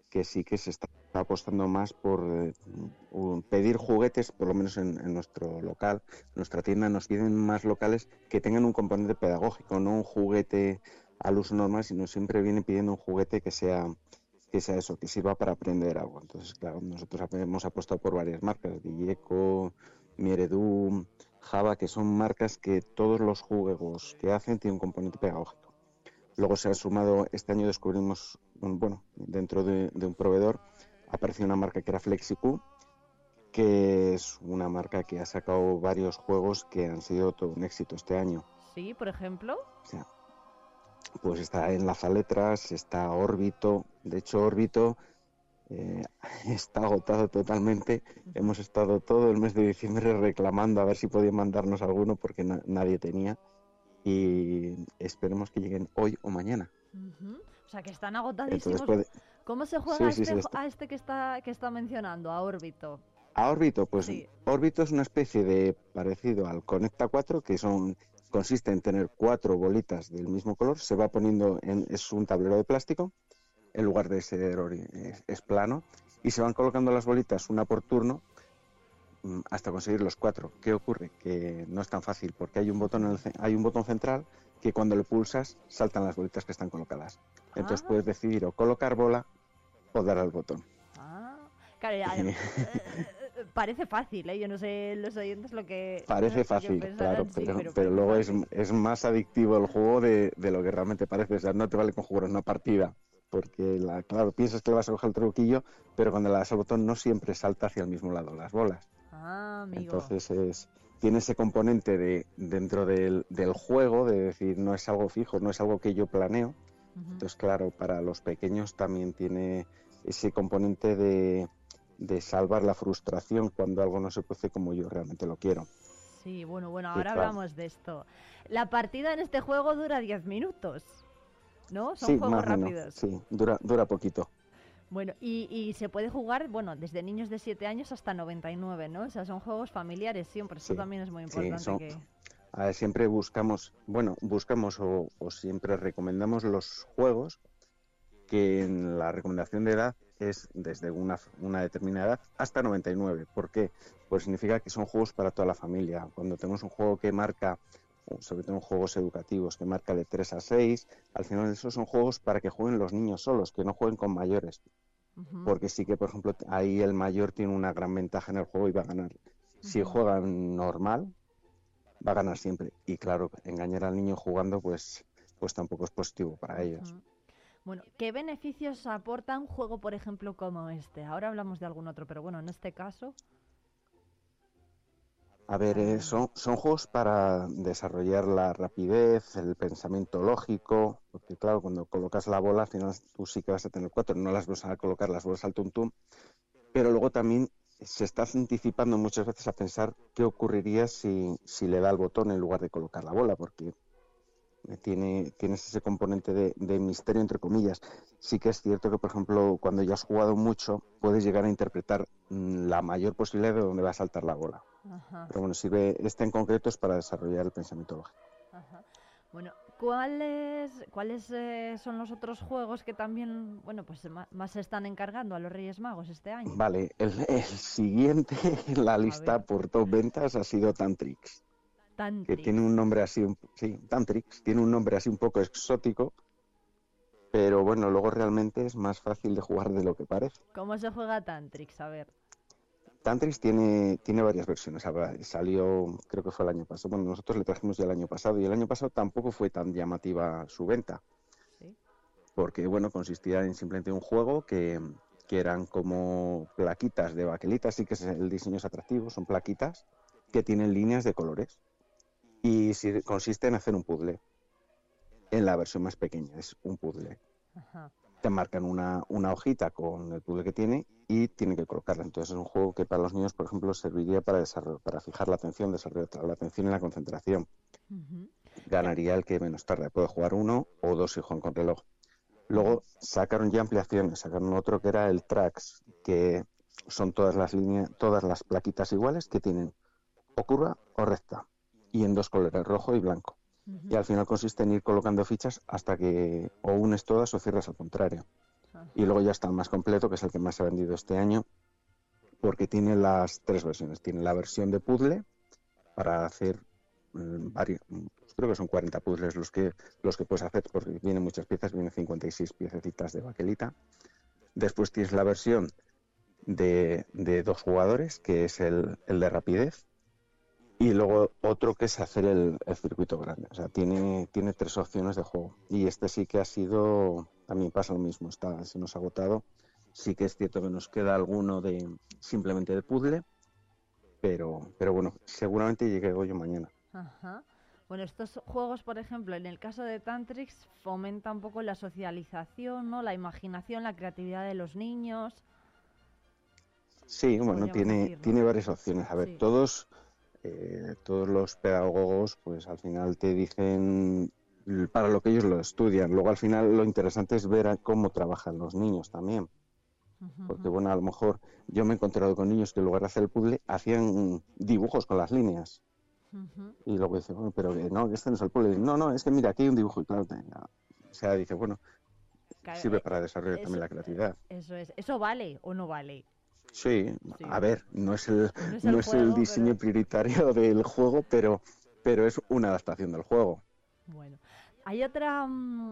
que sí que se está apostando más por pedir juguetes, por lo menos en nuestro local, en nuestra tienda, nos piden más locales que tengan un componente pedagógico, no un juguete al uso normal, sino siempre vienen pidiendo un juguete que sea eso, que sirva para aprender algo. Entonces, claro, nosotros hemos apostado por varias marcas, Villeco, Mieredú, Java, que son marcas que todos los juegos que hacen tienen un componente pedagógico. Luego se ha sumado, este año descubrimos, dentro de un proveedor, apareció una marca que era FlexiQ, que es una marca que ha sacado varios juegos que han sido todo un éxito este año. Sí, por ejemplo. O sea, pues está Enlazaletras, está Órbito. De hecho, Órbito está agotado totalmente. Hemos estado todo el mes de diciembre reclamando a ver si podían mandarnos alguno porque nadie tenía. Y esperemos que lleguen hoy o mañana. O sea, que están agotadísimos. ¿Cómo se juega a este que está mencionando, a Órbito? A Órbito, pues sí. Órbito es una especie de parecido al Conecta 4, que consiste en tener 4 bolitas del mismo color. Se va poniendo es un tablero de plástico, en lugar de ser es plano, y se van colocando las bolitas una por turno hasta conseguir los 4. ¿Qué ocurre? Que no es tan fácil, porque hay un botón central que cuando le pulsas saltan las bolitas que están colocadas. Entonces puedes decidir o colocar bola o dar al botón. Claro, parece fácil, ¿eh? Yo no sé los oyentes lo que... Parece fácil, claro, pero luego es más adictivo el juego de lo que realmente parece. O sea, no te vale con jugar una partida, porque claro, piensas que le vas a coger el truquillo, pero cuando le das al botón no siempre salta hacia el mismo lado las bolas. Amigo. Entonces tiene ese componente dentro del juego, de decir, no es algo fijo, no es algo que yo planeo. Entonces, claro, para los pequeños también tiene ese componente de salvar la frustración cuando algo no se puede como yo realmente lo quiero. Sí, bueno, ahora hablamos de esto. La partida en este juego dura 10 minutos, ¿no? Son juegos rápidos. Sí, dura poquito. Bueno, y se puede jugar, desde niños de 7 años hasta 99, ¿no? O sea, son juegos familiares siempre, eso también es muy importante. A ver, siempre buscamos o siempre recomendamos los juegos que en la recomendación de edad es desde una determinada edad hasta 99. ¿Por qué? Pues significa que son juegos para toda la familia. Cuando tenemos un juego que marca, sobre todo juegos educativos, que marca de 3 a 6, al final esos son juegos para que jueguen los niños solos, que no jueguen con mayores. Porque sí que, por ejemplo, ahí el mayor tiene una gran ventaja en el juego y va a ganar. Si juegan normal, va a ganar siempre. Y claro, engañar al niño jugando, pues tampoco es positivo para ellos. Bueno, ¿qué beneficios aporta un juego, por ejemplo, como este? Ahora hablamos de algún otro, pero en este caso... A ver, son juegos para desarrollar la rapidez, el pensamiento lógico, porque claro, cuando colocas la bola, al final tú sí que vas a tener 4, no las vas a colocar las bolas al tuntum, pero luego también se está anticipando muchas veces a pensar qué ocurriría si le da el botón en lugar de colocar la bola, porque tienes ese componente de misterio, entre comillas. Sí que es cierto que, por ejemplo, cuando ya has jugado mucho, puedes llegar a interpretar la mayor posibilidad de dónde va a saltar la bola. Pero bueno, sirve en concreto es para desarrollar el pensamiento lógico. Bueno, ¿cuáles son los otros juegos que también, más se están encargando a los Reyes Magos este año? Vale, el siguiente en la lista por top ventas ha sido Tantrix. Que tiene un nombre así, Tantrix, tiene un nombre así un poco exótico, pero bueno, luego realmente es más fácil de jugar de lo que parece. ¿Cómo se juega Tantrix? A ver. Tantrix tiene varias versiones. Salió, creo que fue el año pasado. Bueno, nosotros le trajimos ya el año pasado, y el año pasado tampoco fue tan llamativa su venta. ¿Sí? Porque, consistía en simplemente un juego que eran como plaquitas de baquelitas, sí que el diseño es atractivo, son plaquitas que tienen líneas de colores. Y consiste en hacer un puzzle. En la versión más pequeña es un puzzle. Te marcan una hojita con el puzzle que tiene y tienen que colocarla. Entonces es un juego que para los niños, por ejemplo, serviría para fijar la atención, desarrollar la atención y la concentración. Ganaría el que menos tarde. Puede jugar 1 o 2 si juegan con reloj. Luego sacaron ya ampliaciones. Sacaron otro que era el Tracks, que son todas las líneas, todas las plaquitas iguales que tienen o curva o recta. Y en 2 colores, rojo y blanco. Y al final consiste en ir colocando fichas hasta que o unes todas o cierras al contrario. Y luego ya está el más completo, que es el que más se ha vendido este año, porque tiene las 3 versiones. Tiene la versión de puzzle para hacer varios, creo que son 40 puzzles los que puedes hacer, porque vienen muchas piezas, vienen 56 piececitas de baquelita. Después tienes la versión de 2 jugadores, que es el de rapidez, y luego otro que es hacer el circuito grande. O sea, tiene 3 opciones de juego. Y este sí que ha sido, también pasa lo mismo, se nos ha agotado. Sí que es cierto que nos queda alguno simplemente de puzzle, pero bueno, seguramente llegue yo mañana. Ajá. Bueno, estos juegos, por ejemplo, en el caso de Tantrix, fomenta un poco la socialización, ¿no? La imaginación, la creatividad de los niños. Sí, bueno, tiene varias opciones. A ver, sí. Todos los pedagogos, pues al final te dicen para lo que ellos lo estudian. Luego al final lo interesante es ver cómo trabajan los niños también. Porque bueno, a lo mejor yo me he encontrado con niños que en lugar de hacer el puzzle hacían dibujos con las líneas. Y luego dice, bueno, pero no, este no es el puzzle. No, es que mira, aquí hay un dibujo y claro, o sea, dice, bueno, sirve para desarrollar también la creatividad. Eso es. ¿Eso vale o no vale? Sí, a ver, no es el diseño prioritario del juego, pero es una adaptación del juego. Bueno, hay otra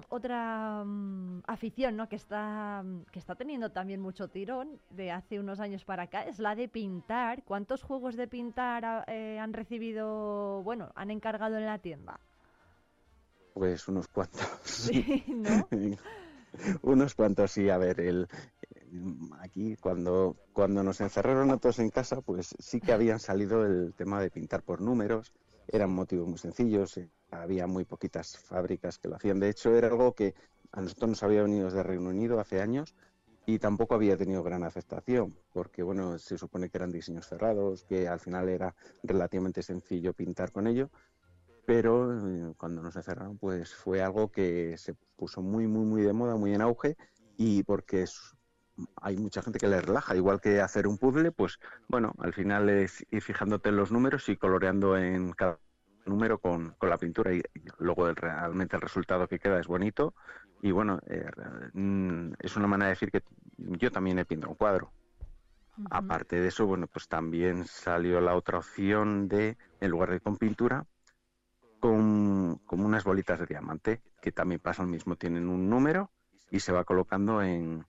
afición, ¿no?, que está teniendo también mucho tirón de hace unos años para acá, es la de pintar. ¿Cuántos juegos de pintar han recibido, han encargado en la tienda? Pues unos cuantos. Sí, ¿no? Unos cuantos, sí. A ver, aquí cuando nos encerraron a todos en casa, pues sí que habían salido el tema de pintar por números. Eran motivos muy sencillos, había muy poquitas fábricas que lo hacían. De hecho, era algo que a nosotros nos había venido desde Reino Unido hace años y tampoco había tenido gran aceptación, porque bueno, se supone que eran diseños cerrados, que al final era relativamente sencillo pintar con ello, pero cuando nos encerraron, pues fue algo que se puso muy, muy, muy de moda, muy en auge, y porque hay mucha gente que le relaja, igual que hacer un puzzle, pues bueno, al final es ir fijándote en los números y coloreando en cada número con la pintura y luego realmente el resultado que queda es bonito y bueno, es una manera de decir que yo también he pintado un cuadro. Aparte de eso, bueno, pues también salió la otra opción de, en lugar de con pintura, con unas bolitas de diamante, que también pasa lo mismo, tienen un número y se va colocando en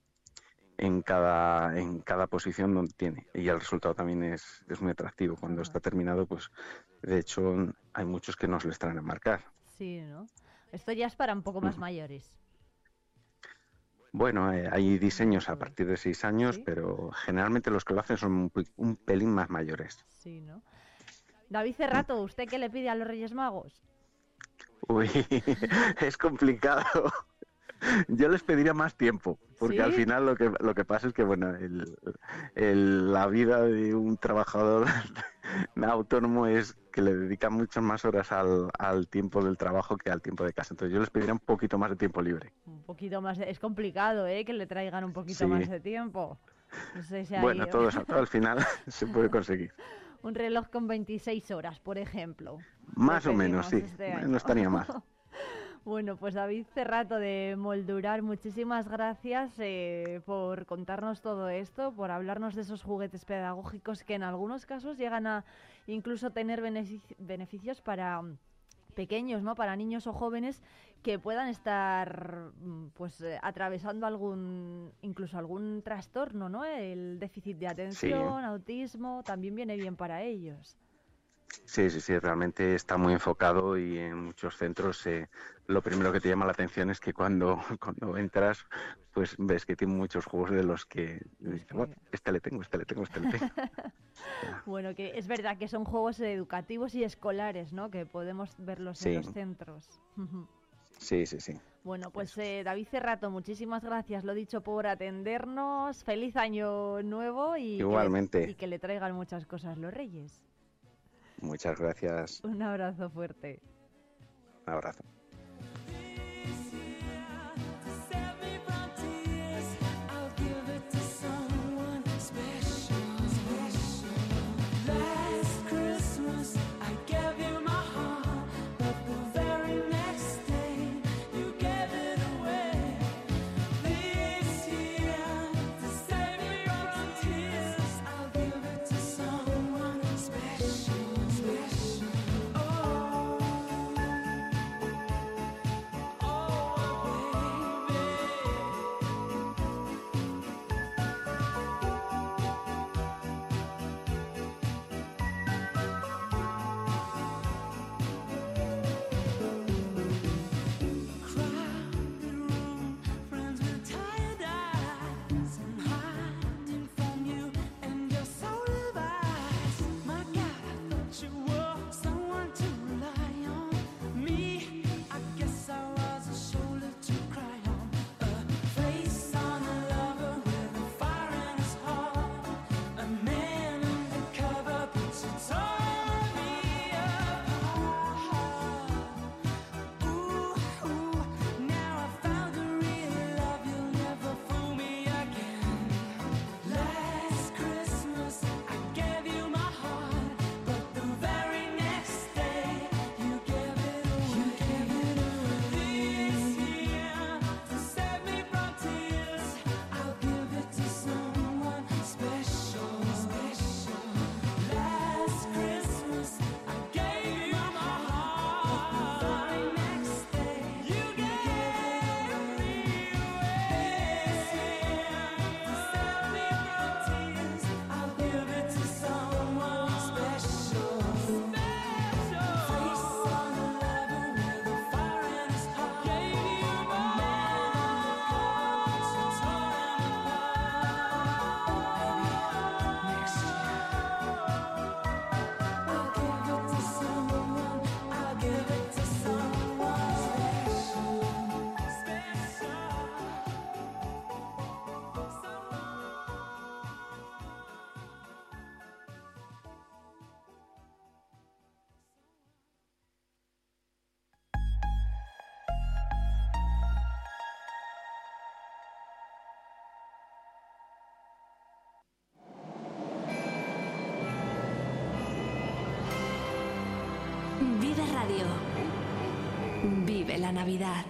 cada posición donde tiene, y el resultado también es muy atractivo. Cuando está terminado, pues de hecho hay muchos que nos les traen a marcar. Sí, ¿no? Esto ya es para un poco más mayores. Bueno, hay diseños a partir de 6 años, ¿sí? Pero generalmente los que lo hacen son un pelín más mayores. Sí, ¿no? David Cerrato, ¿usted qué le pide a los Reyes Magos? Uy, es complicado. Yo les pediría más tiempo, porque ¿sí? Al final lo que pasa es que bueno, la vida de un trabajador autónomo es que le dedica muchas más horas al tiempo del trabajo que al tiempo de casa. Entonces yo les pediría un poquito más de tiempo libre. Un poquito más, es complicado, que le traigan un poquito más de tiempo. No sé si bueno, todo al final se puede conseguir. Un reloj con 26 horas, por ejemplo. Más o menos, sí. No estaría mal. Bueno, pues David Cerrato de Moldurar, muchísimas gracias por contarnos todo esto, por hablarnos de esos juguetes pedagógicos que en algunos casos llegan a incluso tener beneficios para pequeños, ¿no? Para niños o jóvenes que puedan estar atravesando incluso algún trastorno, ¿no? El déficit de atención, sí. Autismo, también viene bien para ellos. Sí, realmente está muy enfocado y en muchos centros lo primero que te llama la atención es que cuando entras, pues ves que tiene muchos juegos de los que dices, bueno, este le tengo. Bueno, que es verdad que son juegos educativos y escolares, ¿no? Que podemos verlos en los centros. Sí. Bueno, pues David Cerrato, muchísimas gracias, lo dicho, por atendernos. Feliz año nuevo y igualmente. Y que le traigan muchas cosas los Reyes. Muchas gracias. Un abrazo fuerte. Un abrazo. Vive Radio. Vive la Navidad.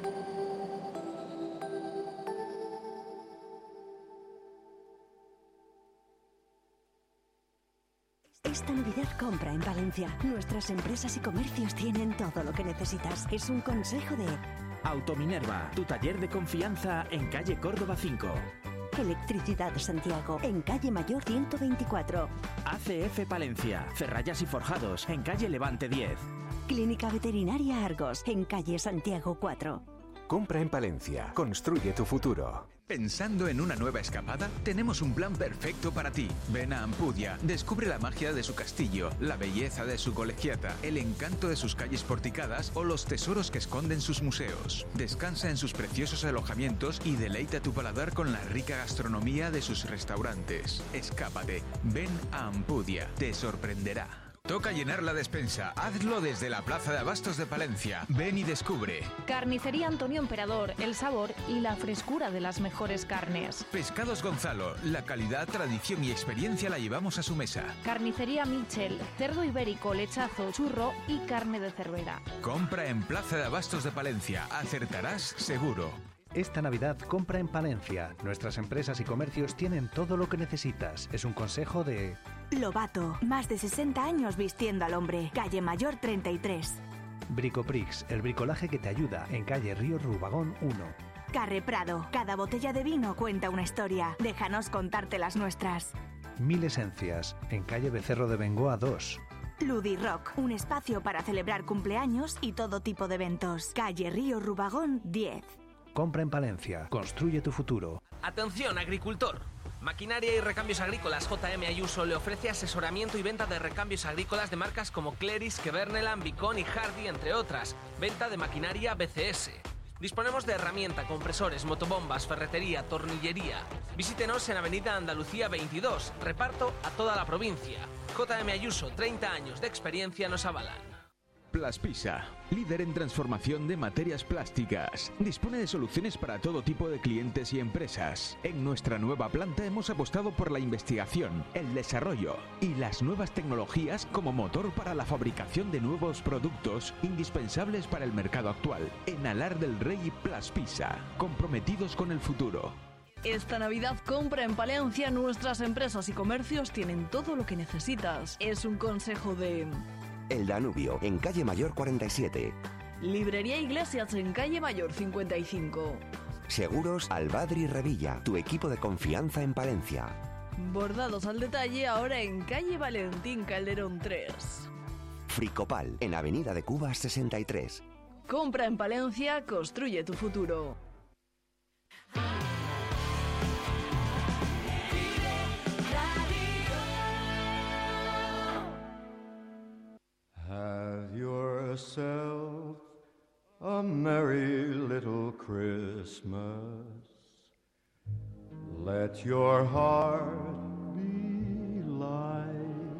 Esta Navidad compra en Palencia. Nuestras empresas y comercios tienen todo lo que necesitas. Es un consejo de Autominerva, tu taller de confianza en calle Córdoba 5. Electricidad Santiago, en calle Mayor 124. ACF Palencia, Ferrallas y Forjados, en calle Levante 10. Clínica Veterinaria Argos, en calle Santiago 4. Compra en Palencia. Construye tu futuro. ¿Pensando en una nueva escapada? Tenemos un plan perfecto para ti. Ven a Ampudia, descubre la magia de su castillo, la belleza de su colegiata, el encanto de sus calles porticadas o los tesoros que esconden sus museos. Descansa en sus preciosos alojamientos y deleita tu paladar con la rica gastronomía de sus restaurantes. Escápate, ven a Ampudia, te sorprenderá. Toca llenar la despensa. Hazlo desde la Plaza de Abastos de Palencia. Ven y descubre. Carnicería Antonio Emperador, el sabor y la frescura de las mejores carnes. Pescados Gonzalo. La calidad, tradición y experiencia la llevamos a su mesa. Carnicería Michel, cerdo ibérico, lechazo, churro y carne de cervera. Compra en Plaza de Abastos de Palencia. Acertarás seguro. Esta Navidad compra en Palencia. Nuestras empresas y comercios tienen todo lo que necesitas. Es un consejo de Lobato, más de 60 años vistiendo al hombre. Calle Mayor 33. Bricoprix, el bricolaje que te ayuda, en calle Río Rubagón 1. Carre Prado, cada botella de vino cuenta una historia. Déjanos contarte las nuestras. Mil Esencias, en calle Becerro de Bengoa 2. Ludi Rock, un espacio para celebrar cumpleaños y todo tipo de eventos. Calle Río Rubagón 10. Compra en Palencia. Construye tu futuro. Atención, agricultor. Maquinaria y Recambios Agrícolas JM Ayuso le ofrece asesoramiento y venta de recambios agrícolas de marcas como Cleris, Queberneland, Bicón y Hardy, entre otras. Venta de maquinaria BCS. Disponemos de herramienta, compresores, motobombas, ferretería, tornillería. Visítenos en Avenida Andalucía 22. Reparto a toda la provincia. JM Ayuso, 30 años de experiencia nos avalan. Plaspisa, líder en transformación de materias plásticas. Dispone de soluciones para todo tipo de clientes y empresas. En nuestra nueva planta hemos apostado por la investigación, el desarrollo y las nuevas tecnologías como motor para la fabricación de nuevos productos indispensables para el mercado actual. En Alar del Rey Plaspisa, comprometidos con el futuro. Esta Navidad compra en Palencia. Nuestras empresas y comercios tienen todo lo que necesitas. Es un consejo de El Danubio, en calle Mayor 47. Librería Iglesias, en calle Mayor 55. Seguros Albadri Revilla, tu equipo de confianza en Palencia. Bordados al detalle, ahora en calle Valentín Calderón 3. Fricopal, en avenida de Cuba 63. Compra en Palencia, construye tu futuro. Have yourself a merry little Christmas. Let your heart be light.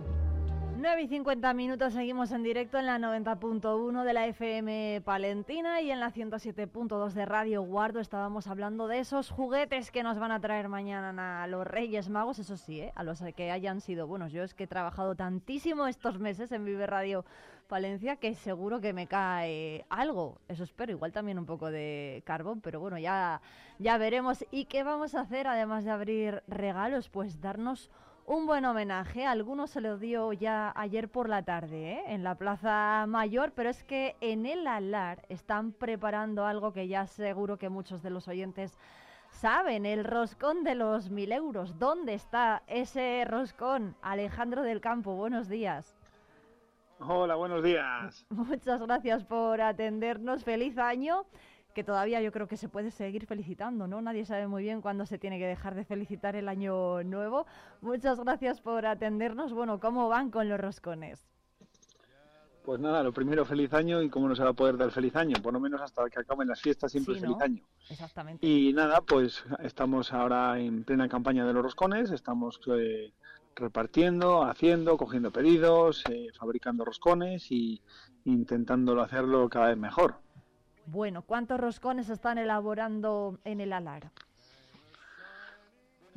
9:50, seguimos en directo en la 90.1 de la FM Palentina y en la 107.2 de Radio Guardo. Estábamos hablando de esos juguetes que nos van a traer mañana a los Reyes Magos, eso sí, a los que hayan sido buenos. Yo es que he trabajado tantísimo estos meses en Vive Radio Palencia que seguro que me cae algo, eso espero, igual también un poco de carbón, pero bueno, ya veremos. ¿Y qué vamos a hacer además de abrir regalos? Pues darnos un buen homenaje. Algunos se lo dio ya ayer por la tarde, en la Plaza Mayor, pero es que en el Alar están preparando algo que ya seguro que muchos de los oyentes saben, el roscón de los 1000 euros. ¿Dónde está ese roscón? Alejandro del Campo, buenos días. Hola, buenos días. Muchas gracias por atendernos. Feliz año, que todavía yo creo que se puede seguir felicitando, ¿no? Nadie sabe muy bien cuándo se tiene que dejar de felicitar el año nuevo. Muchas gracias por atendernos. Bueno, ¿cómo van con los roscones? Pues nada, lo primero, feliz año, y cómo no se va a poder dar feliz año, por lo menos hasta que acaben las fiestas siempre Sí, es feliz ¿no? año. Exactamente. Y nada, pues estamos ahora en plena campaña de los roscones, estamos repartiendo, haciendo, cogiendo pedidos, fabricando roscones y intentándolo hacerlo cada vez mejor. Bueno, ¿cuántos roscones están elaborando en el Alar?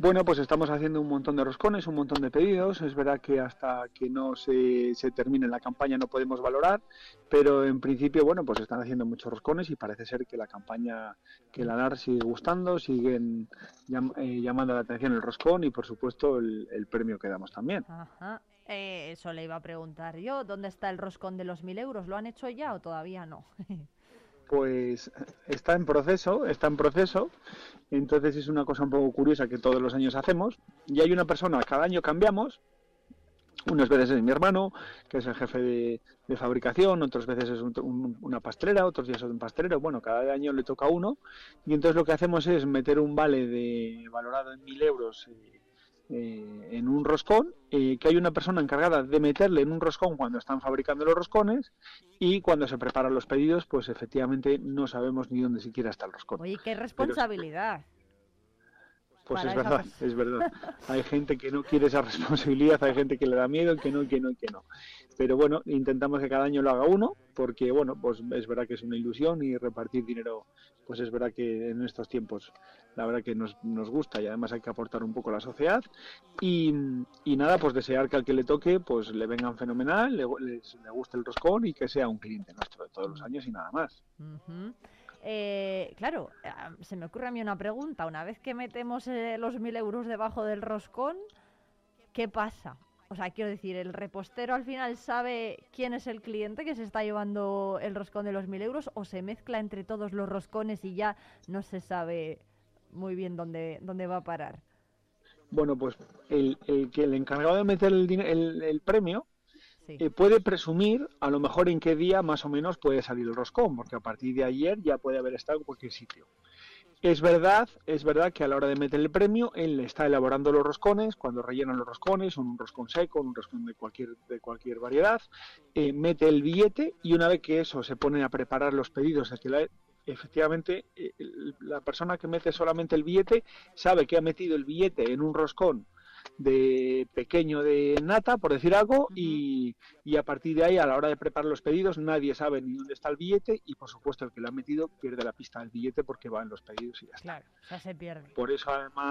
Bueno, pues estamos haciendo un montón de roscones, un montón de pedidos. Es verdad que hasta que no se termine la campaña no podemos valorar, pero en principio, bueno, pues están haciendo muchos roscones y parece ser que la campaña, que la NAR sigue gustando, siguen llamando la atención el roscón y, por supuesto, el premio que damos también. Ajá. Eso le iba a preguntar yo. ¿Dónde está el roscón de los 1.000 euros? ¿Lo han hecho ya o todavía no? Pues está en proceso, entonces es una cosa un poco curiosa que todos los años hacemos, y hay una persona, cada año cambiamos, unas veces es mi hermano, que es el jefe de fabricación, otras veces es una pastelera, otros días es un pastelero, bueno, cada año le toca uno, y entonces lo que hacemos es meter un vale valorado en 1.000 euros en un roscón, que hay una persona encargada de meterle en un roscón cuando están fabricando los roscones, y cuando se preparan los pedidos, pues efectivamente no sabemos ni dónde siquiera está el roscón. Oye, qué responsabilidad. Pues es verdad. Hay gente que no quiere esa responsabilidad, hay gente que le da miedo, que no. Pero bueno, intentamos que cada año lo haga uno, porque bueno, pues es verdad que es una ilusión y repartir dinero, pues es verdad que en estos tiempos la verdad que nos gusta y además hay que aportar un poco a la sociedad. Y nada, pues desear que al que le toque, pues le vengan fenomenal, le guste el roscón y que sea un cliente nuestro de todos los años y nada más. Uh-huh. Claro, se me ocurre a mí una pregunta. Una vez que metemos los 1.000 euros debajo del roscón, ¿qué pasa? O sea, quiero decir, ¿el repostero al final sabe quién es el cliente que se está llevando el roscón de los 1.000 euros o se mezcla entre todos los roscones y ya no se sabe muy bien dónde va a parar? Bueno, pues el encargado de meter el premio puede presumir a lo mejor en qué día más o menos puede salir el roscón, porque a partir de ayer ya puede haber estado en cualquier sitio. Es verdad que a la hora de meter el premio, él está elaborando los roscones, cuando rellenan los roscones, un roscón seco, un roscón de cualquier variedad, mete el billete y una vez que eso se pone a preparar los pedidos, efectivamente la persona que mete solamente el billete sabe que ha metido el billete en un roscón de pequeño de nata, por decir algo, y a partir de ahí, a la hora de preparar los pedidos, nadie sabe ni dónde está el billete y, por supuesto, el que lo ha metido pierde la pista del billete porque va en los pedidos y ya está. Claro, ya se pierde. Por eso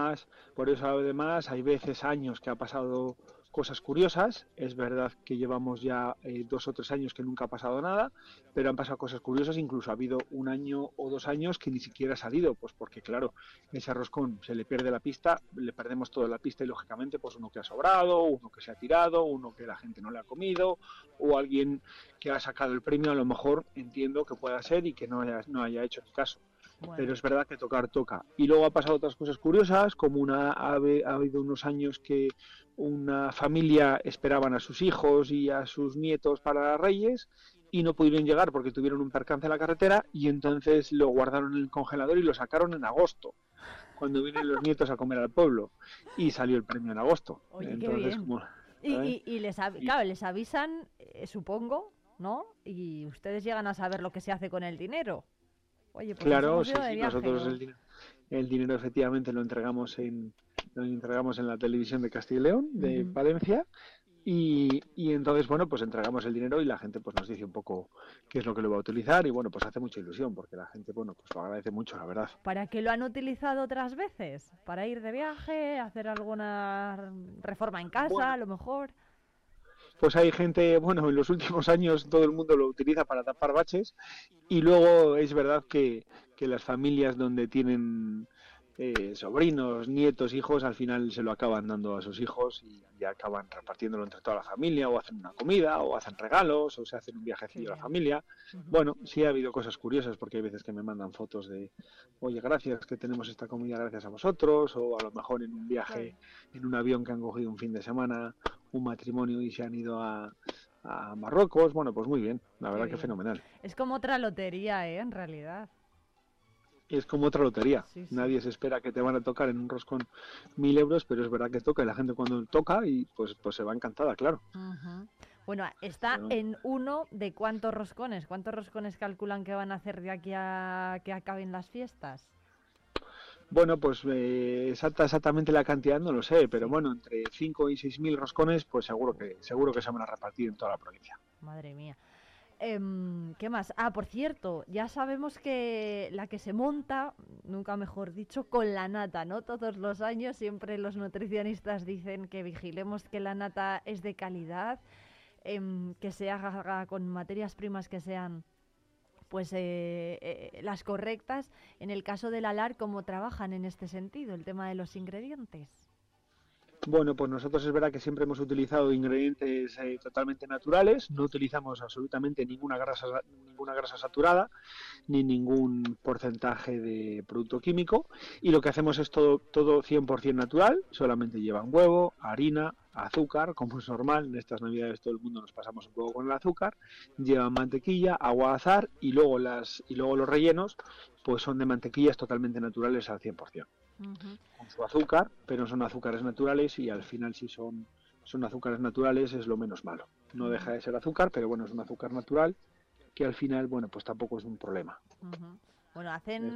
además, hay veces, años que ha pasado cosas curiosas. Es verdad que llevamos ya 2 o 3 años que nunca ha pasado nada, pero han pasado cosas curiosas, incluso ha habido 1 año o 2 años que ni siquiera ha salido, pues porque claro, ese roscón se le pierde la pista, le perdemos toda la pista y lógicamente pues uno que ha sobrado, uno que se ha tirado, uno que la gente no le ha comido, o alguien que ha sacado el premio, a lo mejor entiendo que pueda ser y que no haya hecho el caso. Bueno. Pero es verdad que tocar toca. Y luego ha pasado otras cosas curiosas, como ha habido unos años que una familia esperaban a sus hijos y a sus nietos para Reyes y no pudieron llegar porque tuvieron un percance en la carretera y entonces lo guardaron en el congelador y lo sacaron en agosto, cuando vienen los nietos a comer al pueblo, y salió el premio en agosto. Oye, entonces, y les avisan, supongo, ¿no? Y ustedes llegan a saber lo que se hace con el dinero. Oye, pues claro, sí, nosotros el dinero efectivamente lo entregamos en la televisión de Castilla y León, de Palencia, y entonces, bueno, pues entregamos el dinero y la gente pues nos dice un poco qué es lo que lo va a utilizar y bueno, pues hace mucha ilusión porque la gente, bueno, pues lo agradece mucho, la verdad. ¿Para qué lo han utilizado otras veces? ¿Para ir de viaje, hacer alguna reforma en casa, a lo mejor? Pues hay gente, bueno, en los últimos años todo el mundo lo utiliza para tapar baches y luego es verdad que las familias donde tienen sobrinos, nietos, hijos, al final se lo acaban dando a sus hijos y ya acaban repartiéndolo entre toda la familia o hacen una comida o hacen regalos o se hacen un viajecillo a la familia. Bueno, sí ha habido cosas curiosas porque hay veces que me mandan fotos de, oye, gracias que tenemos esta comida gracias a vosotros, o a lo mejor en un viaje, en un avión que han cogido un fin de semana, un matrimonio y se han ido a Marruecos. Bueno, pues muy bien, la verdad que fenomenal. Es como otra lotería, en realidad. Es como otra lotería. Sí. Nadie se espera que te van a tocar en un roscón 1.000 euros, pero es verdad que toca y la gente cuando toca y pues se va encantada, claro. Bueno, está en uno de ¿cuántos roscones calculan que van a hacer de aquí a que acaben las fiestas? Bueno, pues exactamente la cantidad no lo sé, pero bueno, entre 5 y 6.000 roscones, pues seguro que se van a repartir en toda la provincia. Madre mía. ¿Qué más? Por cierto, ya sabemos que la que se monta, nunca mejor dicho, con la nata, ¿no? Todos los años siempre los nutricionistas dicen que vigilemos que la nata es de calidad, que se haga con materias primas que sean pues las correctas. En el caso del Alar, ¿cómo trabajan en este sentido, el tema de los ingredientes? Bueno, pues nosotros es verdad que siempre hemos utilizado ingredientes totalmente naturales, no utilizamos absolutamente ninguna grasa saturada ni ningún porcentaje de producto químico, y lo que hacemos es todo 100% natural, solamente llevan huevo, harina, azúcar, como es normal, en estas navidades todo el mundo nos pasamos un poco con el azúcar, llevan mantequilla, agua de azahar y luego los rellenos pues son de mantequillas totalmente naturales al 100%. Con su azúcar, pero son azúcares naturales y al final si son azúcares naturales es lo menos malo. No deja de ser azúcar, pero bueno, es un azúcar natural que al final, bueno, pues tampoco es un problema. Bueno, ¿hacen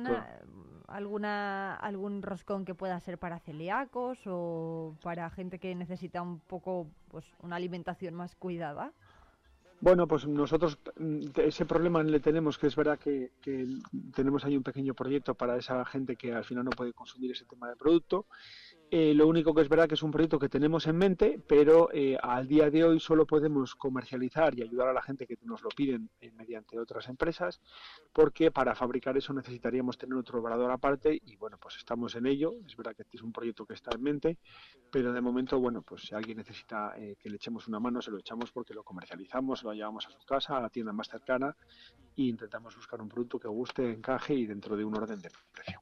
algún roscón que pueda ser para celíacos o para gente que necesita un poco, pues, una alimentación más cuidada? Bueno, pues nosotros ese problema le tenemos, que es verdad que tenemos ahí un pequeño proyecto para esa gente que al final no puede consumir ese tema de producto. Lo único que es verdad que es un proyecto que tenemos en mente, pero al día de hoy solo podemos comercializar y ayudar a la gente que nos lo piden mediante otras empresas, porque para fabricar eso necesitaríamos tener otro obrador aparte y bueno, pues estamos en ello. Es verdad que este es un proyecto que está en mente, pero de momento, bueno, pues si alguien necesita que le echemos una mano, se lo echamos porque lo comercializamos, lo llevamos a su casa, a la tienda más cercana e intentamos buscar un producto que guste, encaje y dentro de un orden de precio.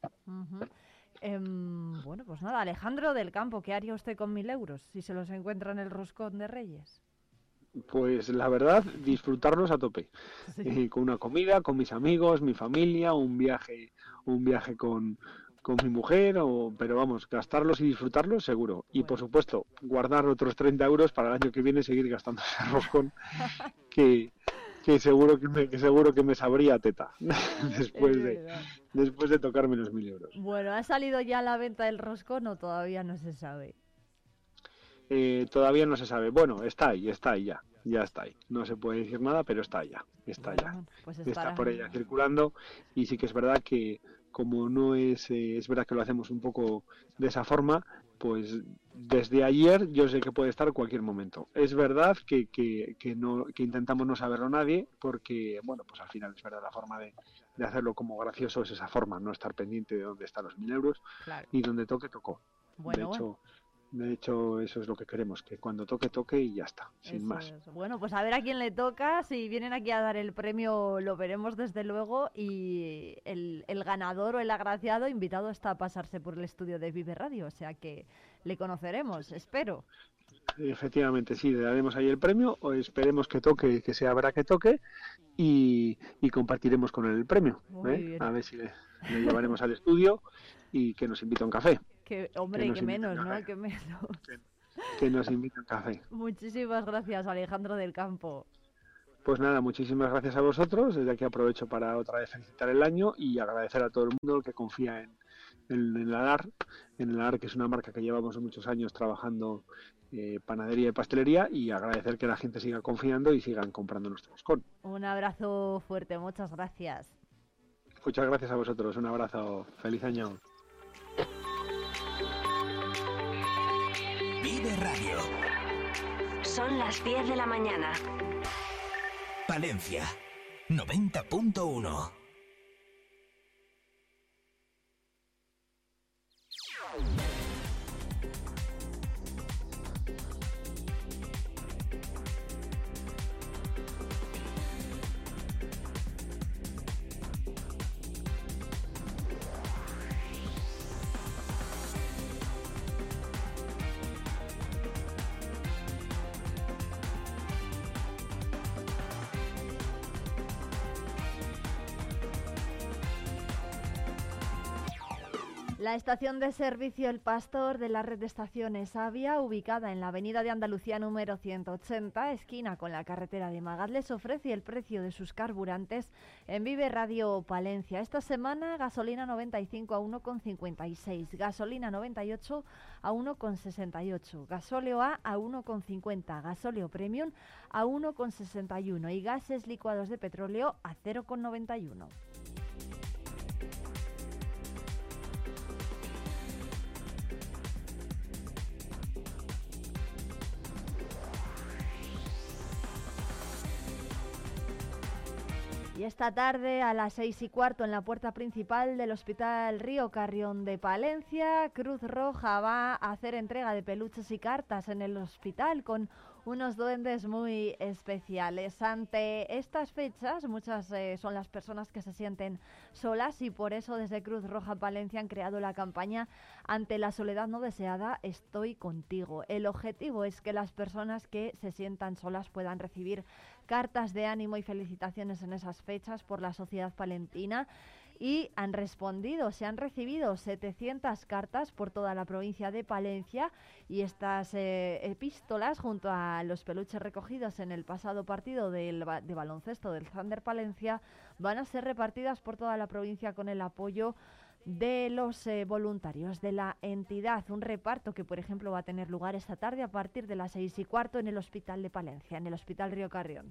Bueno, pues nada, Alejandro del Campo, ¿qué haría usted con 1.000 euros si se los encuentra en el roscón de Reyes? Pues la verdad, disfrutarlos a tope, Sí. con una comida, con mis amigos, mi familia, un viaje con mi mujer, pero vamos, gastarlos y disfrutarlos seguro. Y por supuesto, guardar otros 30 euros para el año que viene, seguir gastando ese roscón que seguro que me sabría teta después de tocarme los 1.000 euros. Bueno, ¿ha salido ya a la venta el roscón o todavía no se sabe? Todavía no se sabe. Bueno, está ahí ya está ahí. No se puede decir nada, pero está ya. Pues está por ella circulando y sí que es verdad que como no es verdad que lo hacemos un poco de esa forma, pues desde ayer yo sé que puede estar cualquier momento. Es verdad que intentamos no saberlo nadie porque, bueno, pues al final es verdad la forma de hacerlo como gracioso es esa forma, no estar pendiente de dónde están los 1.000 euros. Claro. Y donde toque, tocó. Bueno, De hecho, eso es lo que queremos, que cuando toque y ya está, sin más. Bueno, pues a ver a quién le toca. Si vienen aquí a dar el premio, lo veremos desde luego. Y el ganador o el agraciado invitado está a pasarse por el estudio de Vive Radio. O sea que le conoceremos, espero. Efectivamente, sí, le daremos ahí el premio, o esperemos que toque, que sea habrá que toque, y compartiremos con él el premio. A ver si le llevaremos al estudio y que nos invite a un café. Hombre, que menos, ¿no? Que menos. Que nos invite a un café. Muchísimas gracias, Alejandro del Campo. Pues nada, muchísimas gracias a vosotros. Desde aquí aprovecho para otra vez felicitar el año y agradecer a todo el mundo que confía en el Alar, que es una marca que llevamos muchos años trabajando panadería y pastelería, y agradecer que la gente siga confiando y sigan comprando nuestro roscón. Un abrazo fuerte, muchas gracias. Muchas gracias a vosotros, un abrazo, feliz año. Vive Radio. Son las 10 de la mañana. Palencia 90.1. La estación de servicio El Pastor de la red de estaciones Avia, ubicada en la avenida de Andalucía número 180, esquina con la carretera de Magat, les ofrece el precio de sus carburantes en Vive Radio Palencia. Esta semana, gasolina 95 a 1,56, gasolina 98 a 1,68, gasóleo A a 1,50, gasóleo premium a 1,61 y gases licuados de petróleo a 0,91. Y esta tarde a las 6:15 en la puerta principal del Hospital Río Carrión de Palencia, Cruz Roja va a hacer entrega de peluches y cartas en el hospital con unos duendes muy especiales. Ante estas fechas, muchas son las personas que se sienten solas y por eso desde Cruz Roja Palencia han creado la campaña Ante la soledad no deseada, estoy contigo. El objetivo es que las personas que se sientan solas puedan recibir cartas de ánimo y felicitaciones en esas fechas por la sociedad palentina. Y se han recibido 700 cartas por toda la provincia de Palencia y estas epístolas junto a los peluches recogidos en el pasado partido de baloncesto del Thunder Palencia van a ser repartidas por toda la provincia con el apoyo de los voluntarios de la entidad. Un reparto que, por ejemplo, va a tener lugar esta tarde a partir de las 6:15 en el Hospital de Palencia, en el Hospital Río Carrión.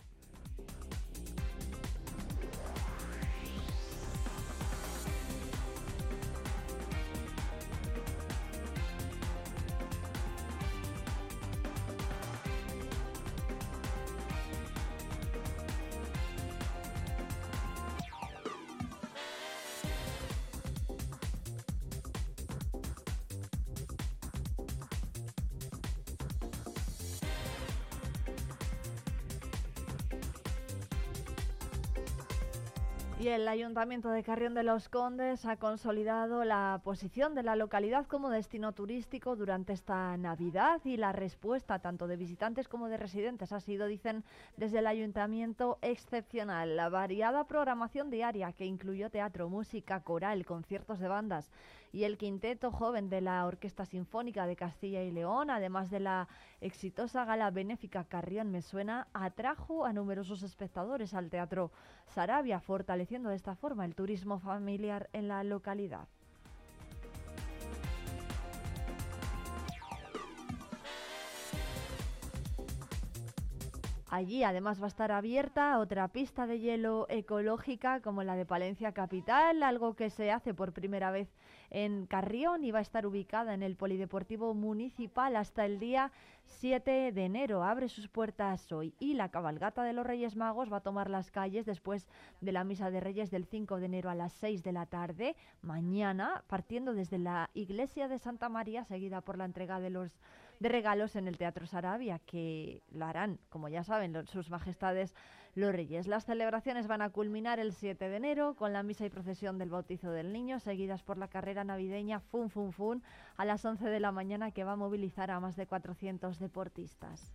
Y el Ayuntamiento de Carrión de los Condes ha consolidado la posición de la localidad como destino turístico durante esta Navidad y la respuesta tanto de visitantes como de residentes ha sido, dicen desde el Ayuntamiento, excepcional. La variada programación diaria que incluyó teatro, música, coral, conciertos de bandas y el quinteto joven de la Orquesta Sinfónica de Castilla y León, además de la exitosa gala benéfica Carrión Me Suena, atrajo a numerosos espectadores al Teatro Sarabia, fortaleciendo de esta forma el turismo familiar en la localidad. Allí además va a estar abierta otra pista de hielo ecológica como la de Palencia Capital, algo que se hace por primera vez en Carrión y va a estar ubicada en el Polideportivo Municipal hasta el día 7 de enero. Abre sus puertas hoy y la cabalgata de los Reyes Magos va a tomar las calles después de la Misa de Reyes del 5 de enero a las 6 de la tarde, mañana, partiendo desde la Iglesia de Santa María, seguida por la entrega de regalos en el Teatro Sarabia, que lo harán, como ya saben, sus majestades los Reyes. Las celebraciones van a culminar el 7 de enero con la misa y procesión del bautizo del niño, seguidas por la carrera navideña Fun Fun Fun a las 11 de la mañana, que va a movilizar a más de 400 deportistas.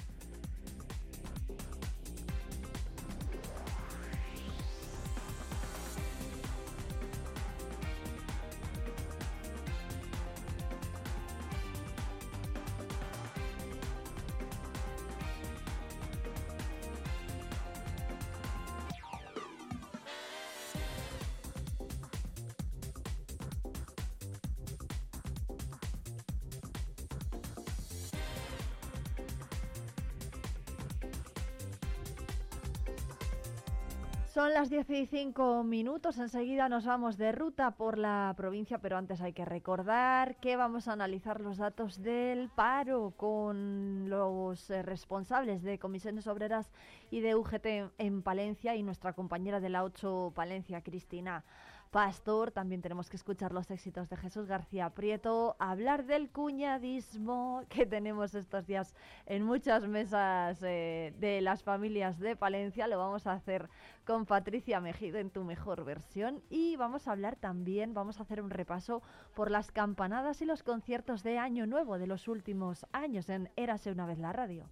Son las 15 minutos, enseguida nos vamos de ruta por la provincia, pero antes hay que recordar que vamos a analizar los datos del paro con los responsables de Comisiones Obreras y de UGT en Palencia y nuestra compañera de la 8 Palencia, Cristina Pastor. También tenemos que escuchar los éxitos de Jesús García Prieto, hablar del cuñadismo que tenemos estos días en muchas mesas de las familias de Palencia. Lo vamos a hacer con Patricia Mejido en Tu Mejor Versión y vamos a hablar también, vamos a hacer un repaso por las campanadas y los conciertos de Año Nuevo de los últimos años en Érase una vez la radio.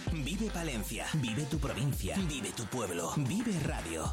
Vive Palencia, vive tu provincia, vive tu pueblo, Vive Radio.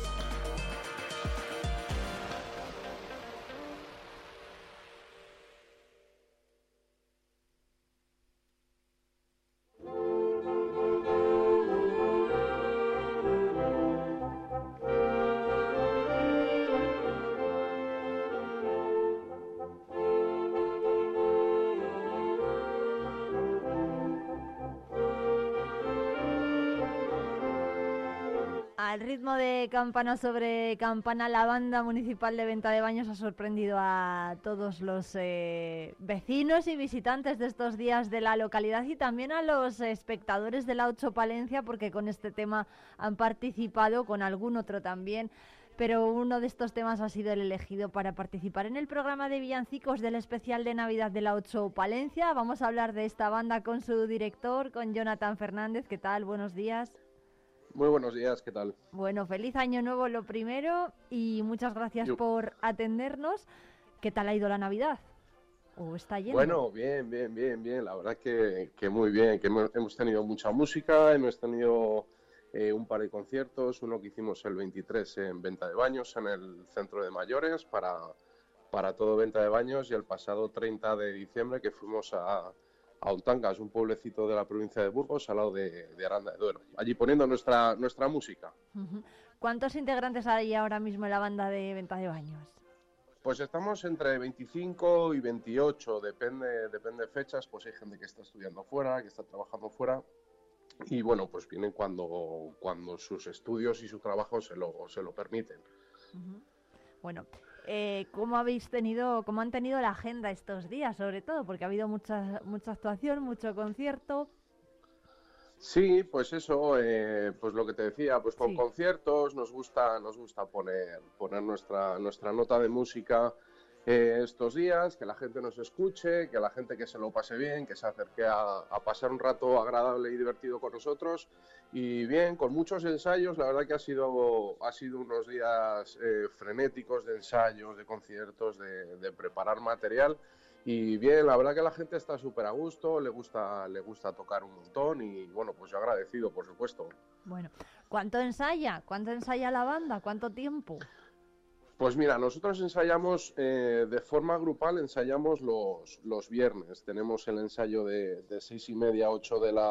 Al ritmo de campana sobre campana, la banda municipal de Venta de Baños ha sorprendido a todos los vecinos y visitantes de estos días de la localidad y también a los espectadores de la 8 Palencia, porque con este tema han participado, con algún otro también, pero uno de estos temas ha sido el elegido para participar en el programa de villancicos del especial de Navidad de la 8 Palencia. Vamos a hablar de esta banda con su director, con Jonathan Fernández. ¿Qué tal? Buenos días. Muy buenos días, ¿qué tal? Bueno, feliz año nuevo lo primero y muchas gracias por atendernos. ¿Qué tal ha ido la Navidad? ¿O está yendo? Bueno, bien, la verdad que muy bien, que hemos tenido mucha música, hemos tenido un par de conciertos, uno que hicimos el 23 en Venta de Baños, en el centro de mayores, para todo Venta de Baños, y el pasado 30 de diciembre que fuimos a Ontangas, un pueblecito de la provincia de Burgos, al lado de Aranda de Duero, allí poniendo nuestra música. ¿Cuántos integrantes hay ahora mismo en la banda de Venta de Baños? Pues estamos entre 25 y 28, depende de fechas, pues hay gente que está estudiando fuera, que está trabajando fuera, y bueno, pues vienen cuando sus estudios y su trabajo se lo permiten. Bueno, ¿cómo han tenido la agenda estos días, sobre todo? Porque ha habido mucha actuación, mucho concierto. Sí, pues eso, pues lo que te decía, pues con conciertos nos gusta poner nuestra nota de música estos días, que la gente nos escuche, que la gente que se lo pase bien, que se acerque a pasar un rato agradable y divertido con nosotros. Y bien, con muchos ensayos, la verdad que ha sido unos días frenéticos de ensayos, de conciertos, de preparar material. Y bien, la verdad que la gente está súper a gusto, le gusta tocar un montón y bueno, pues yo agradecido, por supuesto. Bueno, ¿cuánto ensaya la banda? ¿Cuánto tiempo? Pues mira, nosotros ensayamos de forma grupal, ensayamos los viernes. Tenemos el ensayo de 6:30 a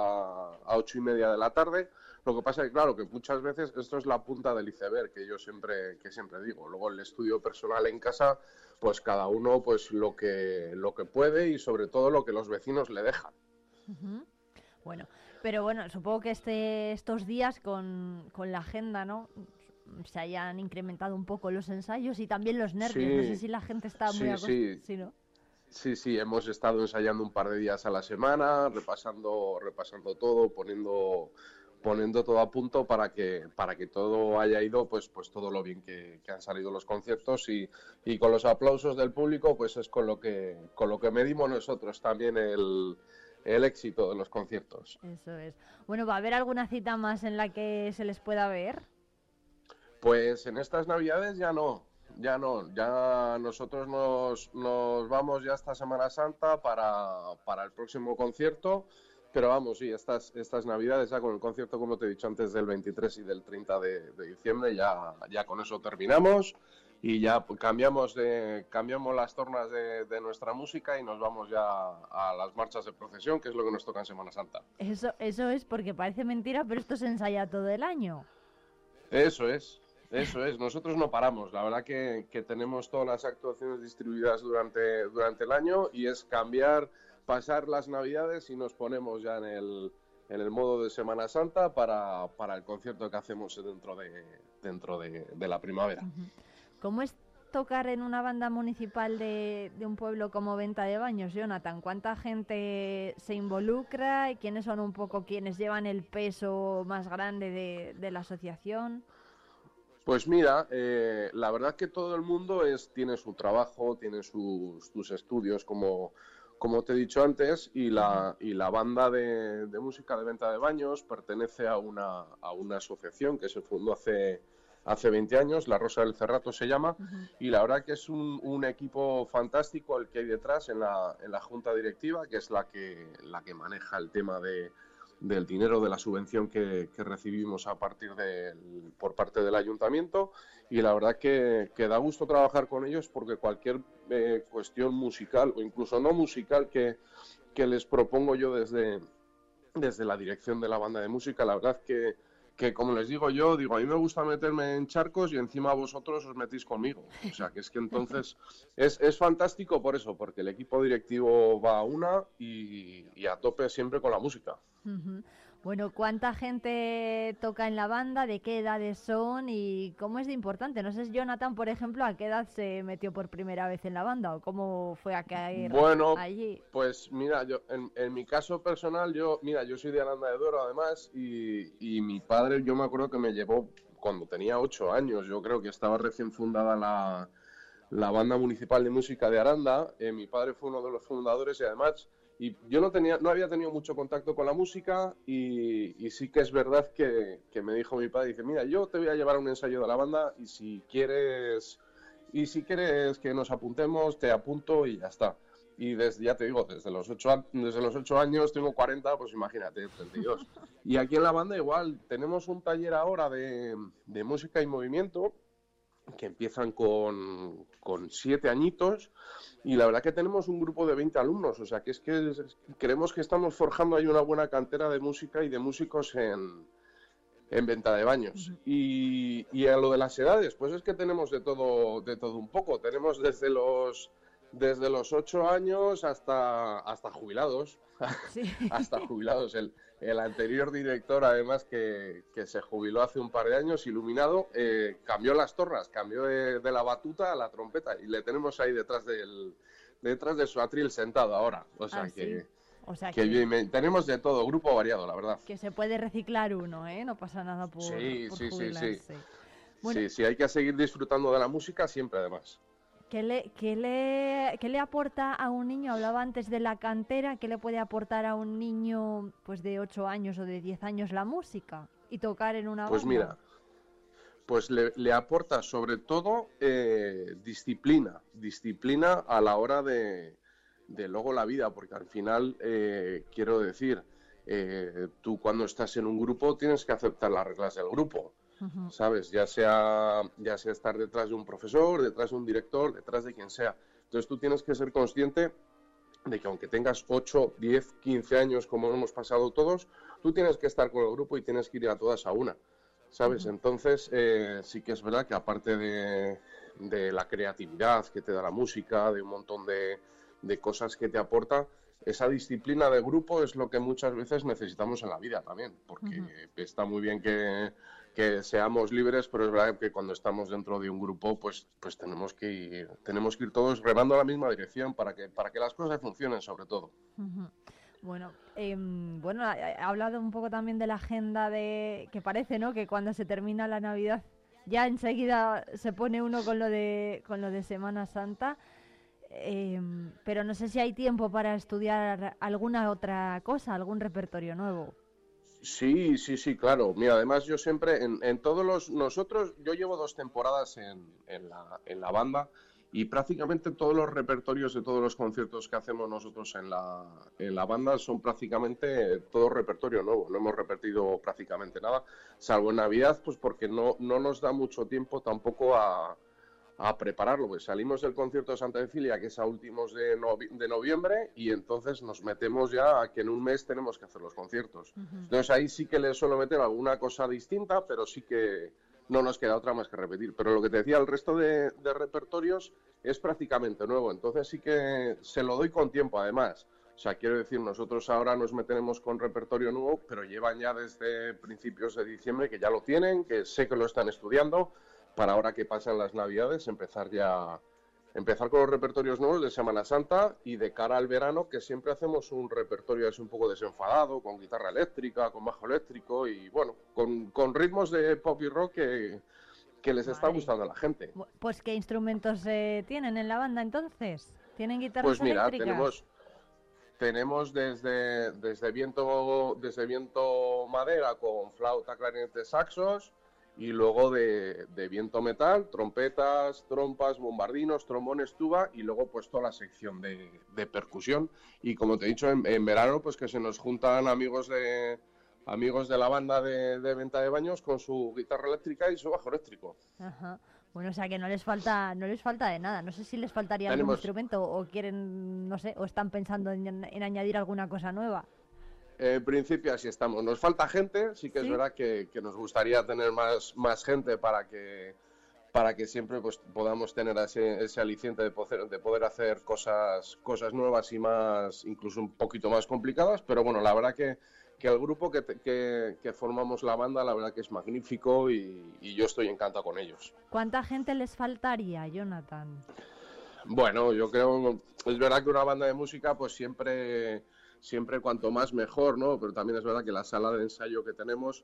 8:30 de la tarde. Lo que pasa es que, claro, que muchas veces esto es la punta del iceberg, que yo siempre digo. Luego el estudio personal en casa, pues cada uno pues lo que puede y sobre todo lo que los vecinos le dejan. Bueno, pero bueno, supongo que estos días con la agenda, ¿no?, se hayan incrementado un poco los ensayos y también los nervios. No sé si la gente está muy acostumbrada. ¿Sí, no? Sí, hemos estado ensayando un par de días a la semana, repasando todo, poniendo todo a punto para que todo haya ido pues todo lo bien que han salido los conciertos y con los aplausos del público pues es con lo que medimos nosotros también el éxito de los conciertos. Eso es. Bueno, ¿va a haber alguna cita más en la que se les pueda ver? Pues en estas Navidades ya no, ya nosotros nos vamos ya esta Semana Santa para el próximo concierto, pero vamos, sí, estas Navidades ya con el concierto, como te he dicho antes, del 23 y del 30 de diciembre, ya con eso terminamos y ya cambiamos las tornas de nuestra música y nos vamos ya a las marchas de procesión, que es lo que nos toca en Semana Santa. Eso es, porque parece mentira, pero esto se ensaya todo el año. Eso es, nosotros no paramos, la verdad que tenemos todas las actuaciones distribuidas durante el año y es pasar las Navidades y nos ponemos ya en el modo de Semana Santa para el concierto que hacemos dentro de la primavera. ¿Cómo es tocar en una banda municipal de un pueblo como Venta de Baños, Jonathan? ¿Cuánta gente se involucra y quiénes son un poco quienes llevan el peso más grande de la asociación? Pues mira, la verdad que todo el mundo tiene su trabajo, tiene sus estudios, como te he dicho antes, y la banda de música de Venta de Baños pertenece a una asociación que se fundó hace 20 años, La Rosa del Cerrato se llama, y la verdad que es un equipo fantástico el que hay detrás en la junta directiva, que es la que maneja el tema de del dinero de la subvención que recibimos por parte del ayuntamiento, y la verdad que da gusto trabajar con ellos, porque cualquier cuestión musical o incluso no musical que les propongo yo desde la dirección de la banda de música, la verdad que como les digo yo, a mí me gusta meterme en charcos y encima vosotros os metís conmigo. O sea, que es que entonces es fantástico por eso, porque el equipo directivo va a una y a tope siempre con la música. Uh-huh. Bueno, ¿cuánta gente toca en la banda? ¿De qué edades son? ¿Y cómo es de importante? No sé, Jonathan, por ejemplo, ¿a qué edad se metió por primera vez en la banda? ¿O cómo fue a caer allí? Pues mira, yo en mi caso personal, yo soy de Aranda de Duero además, y mi padre, yo me acuerdo que me llevó cuando tenía 8 años, yo creo que estaba recién fundada la banda municipal de música de Aranda. Mi padre fue uno de los fundadores y además... Y yo no había tenido mucho contacto con la música y sí que es verdad que me dijo mi padre, dice, mira, yo te voy a llevar a un ensayo de la banda y si quieres que nos apuntemos, te apunto y ya está. Y ya te digo, desde los 8 años, tengo 40, pues imagínate, 32. Y aquí en la banda igual, tenemos un taller ahora de música y movimiento, que empiezan con 7 añitos, y la verdad que tenemos un grupo de 20 alumnos, o sea que creemos que estamos forjando ahí una buena cantera de música y de músicos en Venta de Baños. Uh-huh. Y a lo de las edades, pues es que tenemos de todo un poco, tenemos desde los 8 años hasta jubilados, sí. Hasta jubilados. El anterior director, además, que se jubiló hace un par de años, iluminado, cambió las tornas, cambió de la batuta a la trompeta, y le tenemos ahí detrás de su atril sentado ahora. O sea que... Sí. O sea que bien, tenemos de todo, grupo variado, la verdad. Que se puede reciclar uno, ¿eh? No pasa nada por jubilarse. Sí. Bueno, sí, hay que seguir disfrutando de la música siempre, además. ¿Qué le aporta a un niño? Hablaba antes de la cantera. ¿Qué le puede aportar a un niño pues de 8 años o de 10 años la música y tocar en una banda? Pues mira, pues le aporta sobre todo disciplina a la hora de luego la vida, porque al final, quiero decir, tú cuando estás en un grupo tienes que aceptar las reglas del grupo. Uh-huh. ¿Sabes? Ya sea estar detrás de un profesor, detrás de un director, detrás de quien sea. Entonces tú tienes que ser consciente de que aunque tengas 8, 10, 15 años, como hemos pasado todos, tú tienes que estar con el grupo y tienes que ir a todas a una, ¿sabes? Uh-huh. Entonces sí que es verdad que aparte de la creatividad que te da la música, de un montón de cosas que te aporta, esa disciplina de grupo es lo que muchas veces necesitamos en la vida también, porque uh-huh. Está muy bien que seamos libres, pero es verdad que cuando estamos dentro de un grupo, pues tenemos que ir todos remando a la misma dirección para que las cosas funcionen, sobre todo. Uh-huh. Bueno, ha hablado un poco también de la agenda que parece, ¿no?, que cuando se termina la Navidad ya enseguida se pone uno con lo de Semana Santa. Pero no sé si hay tiempo para estudiar alguna otra cosa, algún repertorio nuevo. Sí, claro. Mira, además yo siempre, yo llevo 2 temporadas en la banda, y prácticamente todos los repertorios de todos los conciertos que hacemos nosotros en la banda son prácticamente todo repertorio nuevo. No hemos repetido prácticamente nada, salvo en Navidad, pues porque no nos da mucho tiempo tampoco a prepararlo. Pues salimos del concierto de Santa Cecilia, que es a últimos de noviembre, y entonces nos metemos ya a que en un mes tenemos que hacer los conciertos. Uh-huh. Entonces ahí sí que le suelo meter alguna cosa distinta, pero sí que no nos queda otra más que repetir. Pero lo que te decía, el resto de repertorios es prácticamente nuevo, entonces sí que se lo doy con tiempo además. O sea, quiero decir, nosotros ahora nos meteremos con repertorio nuevo, pero llevan ya desde principios de diciembre que ya lo tienen, que sé que lo están estudiando, para ahora que pasan las Navidades empezar con los repertorios nuevos de Semana Santa, y de cara al verano, que siempre hacemos un repertorio así un poco desenfadado, con guitarra eléctrica, con bajo eléctrico y bueno, con ritmos de pop y rock que les está gustando a la gente. Pues ¿qué instrumentos tienen en la banda entonces? ¿Tienen guitarras eléctricas? Pues mira, tenemos desde viento madera con flauta, clarinete, saxos. y luego de viento metal, trompetas, trompas, bombardinos, trombones, tuba, y luego pues toda la sección de percusión. Y como te he dicho, en verano pues que se nos juntan amigos de la banda de venta de baños con su guitarra eléctrica y su bajo eléctrico. Ajá. Bueno, o sea que no les falta de nada. No sé si les faltaría algún instrumento o quieren, no sé, o están pensando en añadir alguna cosa nueva. En principio así estamos. Nos falta gente, sí que es verdad que nos gustaría tener más gente para que siempre pues podamos tener ese aliciente de poder hacer cosas nuevas y más, incluso un poquito más complicadas, pero bueno, la verdad que el grupo que formamos la banda, la verdad que es magnífico y yo estoy encantado con ellos. ¿Cuánta gente les faltaría, Jonathan? Bueno, yo creo, es verdad que una banda de música pues siempre cuanto más mejor, ¿no? Pero también es verdad que la sala de ensayo que tenemos,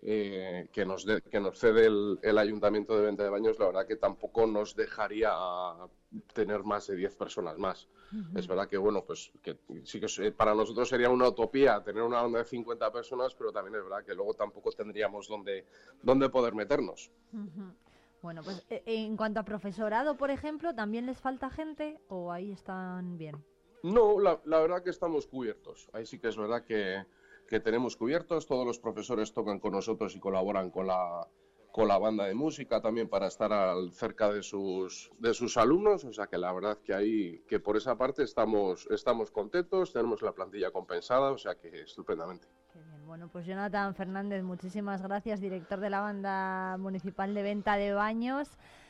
que nos cede el Ayuntamiento de Venta de Baños, la verdad que tampoco nos dejaría tener más de 10 personas más. Uh-huh. Es verdad que, bueno, pues que sí que para nosotros sería una utopía tener una banda de 50 personas, pero también es verdad que luego tampoco tendríamos dónde poder meternos. Uh-huh. Bueno, pues en cuanto a profesorado, por ejemplo, ¿también les falta gente o ahí están bien? No, la verdad que estamos cubiertos. Ahí sí que es verdad que tenemos cubiertos. Todos los profesores tocan con nosotros y colaboran con la banda de música también para estar cerca de sus alumnos. O sea que la verdad que ahí, que por esa parte estamos contentos, tenemos la plantilla compensada, o sea que estupendamente. Qué bien. Bueno, pues Jonathan Fernández, muchísimas gracias, director de la Banda Municipal de Venta de Baños.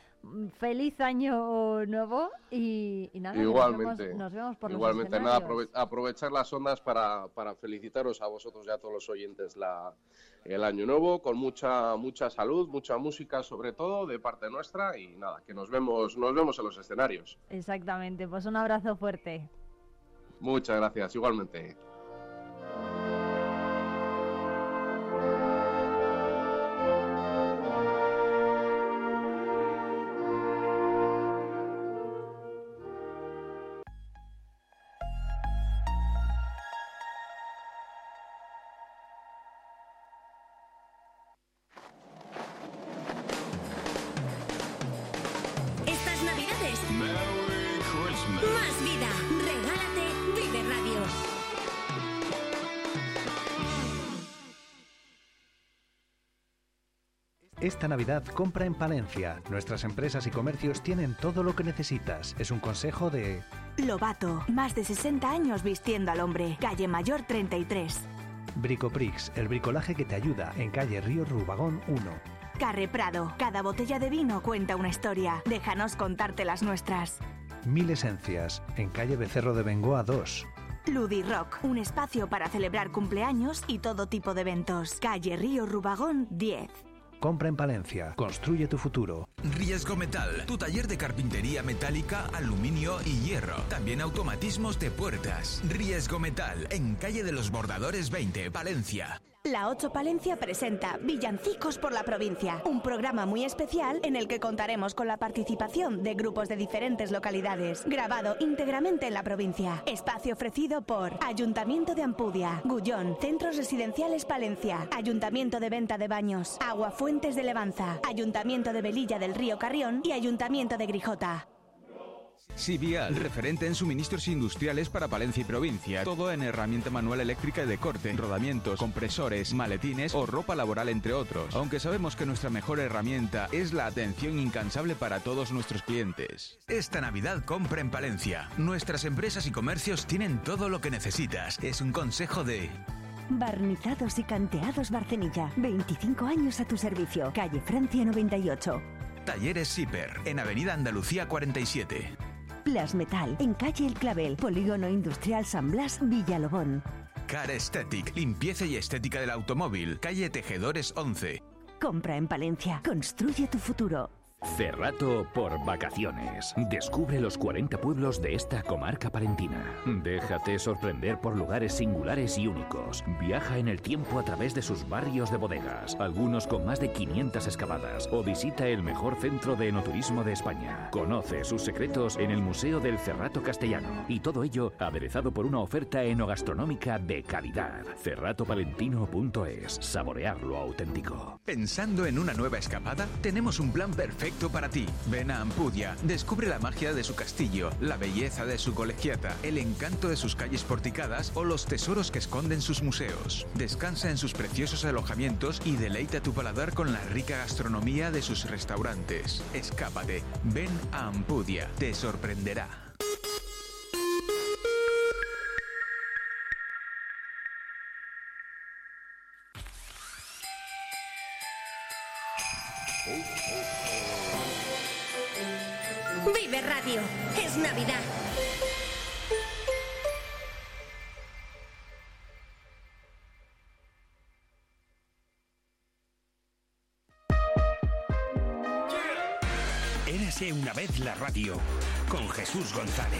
Feliz año nuevo y nada, igualmente, nos vemos por igualmente, los escenarios. Nada, aprovechar las ondas para felicitaros a vosotros y a todos los oyentes el año nuevo, con mucha salud, mucha música sobre todo de parte nuestra y nada, que nos vemos en los escenarios. Exactamente, pues un abrazo fuerte. Muchas gracias, igualmente. Más vida, regálate Vive Radio. Esta Navidad compra en Palencia. Nuestras empresas y comercios tienen todo lo que necesitas. Es un consejo de... Lobato, más de 60 años vistiendo al hombre. Calle Mayor 33. Bricoprix, el bricolaje que te ayuda, en calle Río Rubagón 1. Carre Prado, cada botella de vino cuenta una historia. Déjanos contarte las nuestras. Mil Esencias, en calle Becerro de Bengoa 2. Ludi Rock, un espacio para celebrar cumpleaños y todo tipo de eventos. Calle Río Rubagón 10. Compra en Palencia, construye tu futuro. Riesgo Metal, tu taller de carpintería metálica, aluminio y hierro. También automatismos de puertas. Riesgo Metal, en calle de los Bordadores 20, Palencia. La 8 Palencia presenta Villancicos por la Provincia, un programa muy especial en el que contaremos con la participación de grupos de diferentes localidades, grabado íntegramente en la provincia. Espacio ofrecido por Ayuntamiento de Ampudia, Gullón, Centros Residenciales Palencia, Ayuntamiento de Venta de Baños, Aguafuentes de Levanza, Ayuntamiento de Velilla del Río Carrión y Ayuntamiento de Grijota. Sivial, referente en suministros industriales para Palencia y provincia. Todo en herramienta manual eléctrica y de corte, rodamientos, compresores, maletines o ropa laboral, entre otros. Aunque sabemos que nuestra mejor herramienta es la atención incansable para todos nuestros clientes. Esta Navidad compra en Palencia. Nuestras empresas y comercios tienen todo lo que necesitas. Es un consejo de... Barnizados y canteados Barcenilla. 25 años a tu servicio. Calle Francia 98. Talleres Zipper, en Avenida Andalucía 47. Plasmetal, en calle El Clavel, Polígono Industrial San Blas, Villalobón. Car Aesthetic, limpieza y estética del automóvil, calle Tejedores 11. Compra en Palencia, construye tu futuro. Cerrato por vacaciones. Descubre los 40 pueblos de esta comarca palentina. Déjate sorprender por lugares singulares y únicos. Viaja en el tiempo a través de sus barrios de bodegas, algunos con más de 500 excavadas, o visita el mejor centro de enoturismo de España. Conoce sus secretos en el Museo del Cerrato Castellano. Y todo ello aderezado por una oferta enogastronómica de calidad. Cerratopalentino.es. Saborear lo auténtico. ¿Pensando en una nueva escapada? Tenemos un plan perfecto para ti. Ven a Ampudia, descubre la magia de su castillo, la belleza de su colegiata, el encanto de sus calles porticadas o los tesoros que esconden sus museos. Descansa en sus preciosos alojamientos y deleita tu paladar con la rica gastronomía de sus restaurantes. Escápate, ven a Ampudia, te sorprenderá. Vive Radio, es Navidad. Érase una vez la radio, con Jesús González.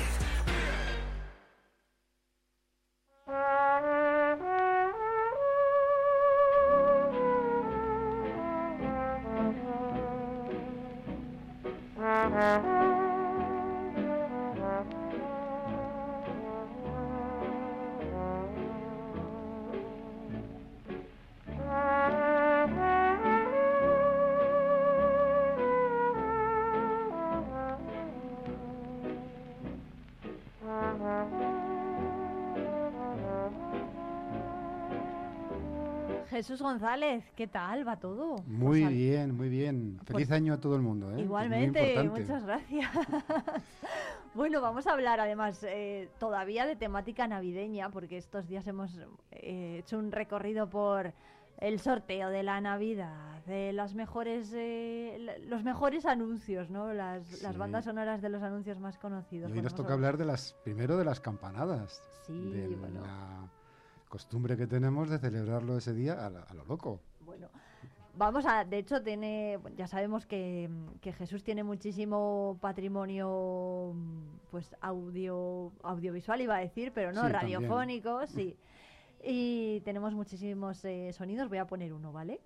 Jesús González, ¿qué tal? ¿Va todo? Muy bien, muy bien. Feliz año a todo el mundo, ¿eh? Igualmente, muchas gracias. Bueno, vamos a hablar además todavía de temática navideña, porque estos días hemos hecho un recorrido por el sorteo de la Navidad, de las mejores, los mejores anuncios, ¿no? Las bandas sonoras de los anuncios más conocidos. Y hoy nos toca hablar de primero de las campanadas. Sí, de la costumbre que tenemos de celebrarlo ese día a lo loco. Bueno, de hecho ya sabemos que Jesús tiene muchísimo patrimonio, pues audiovisual iba a decir, pero no, sí, radiofónico, también. Sí. Y tenemos muchísimos sonidos, voy a poner uno, ¿vale?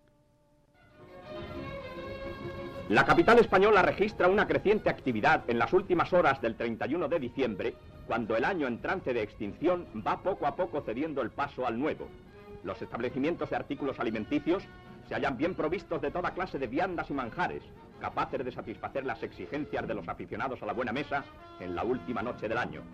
La capital española registra una creciente actividad en las últimas horas del 31 de diciembre, cuando el año en trance de extinción va poco a poco cediendo el paso al nuevo. Los establecimientos de artículos alimenticios se hallan bien provistos de toda clase de viandas y manjares, capaces de satisfacer las exigencias de los aficionados a la buena mesa en la última noche del año.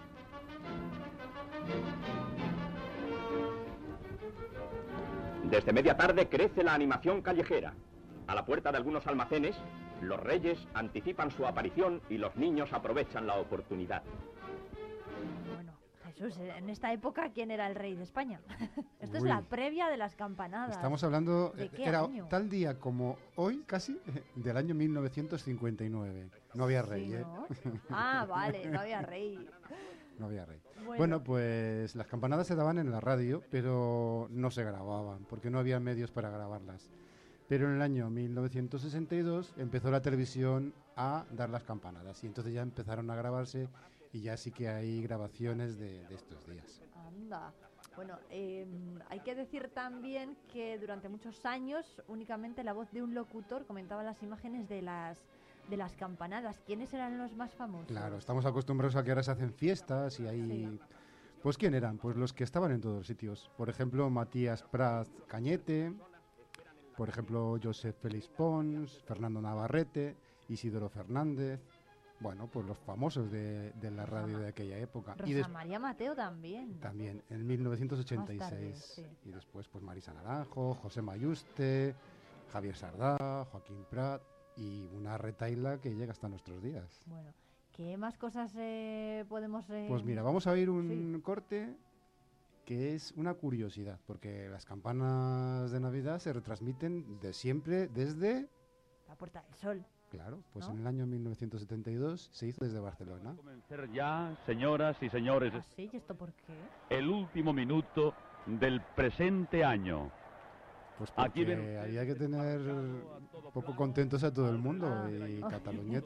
Desde media tarde crece la animación callejera. A la puerta de algunos almacenes, los reyes anticipan su aparición y los niños aprovechan la oportunidad. Bueno, Jesús, en esta época, ¿quién era el rey de España? Esto es la previa de las campanadas. Estamos hablando, ¿de qué era año? Tal día como hoy, casi, del año 1959. No había rey, sí, ¿no? Ah, vale, no había rey. No había rey. Bueno, pues las campanadas se daban en la radio, pero no se grababan, porque no había medios para grabarlas. Pero en el año 1962 empezó la televisión a dar las campanadas y entonces ya empezaron a grabarse y ya sí que hay grabaciones de estos días. Anda. Bueno, hay que decir también que durante muchos años únicamente la voz de un locutor comentaba las imágenes de las campanadas. ¿Quiénes eran los más famosos? Claro, estamos acostumbrados a que ahora se hacen fiestas y hay... Sí. Pues ¿quién eran? Pues los que estaban en todos los sitios. Por ejemplo, Matías Prats Cañete, por ejemplo, Josep Félix Pons, Fernando Navarrete, Isidoro Fernández. Bueno, pues los famosos de la radio de aquella época. Rosa María Mateo también. También, en 1986. Tarde, sí. Y después, pues Marisa Naranjo, José Mayuste, Javier Sardá, Joaquín Prat y una retaila que llega hasta nuestros días. Bueno, ¿qué más cosas podemos...? Pues mira, vamos a oír un corte que es una curiosidad, porque las campanas de Navidad se retransmiten de siempre desde... La Puerta del Sol. Claro, pues ¿no? En el año 1972 se hizo desde Barcelona. Comenzar ya, señoras y señores. ¿Ah, sí? ¿Y esto por qué? El último minuto del presente año. Pues porque había que tener poco contentos a todo el mundo y Cataluña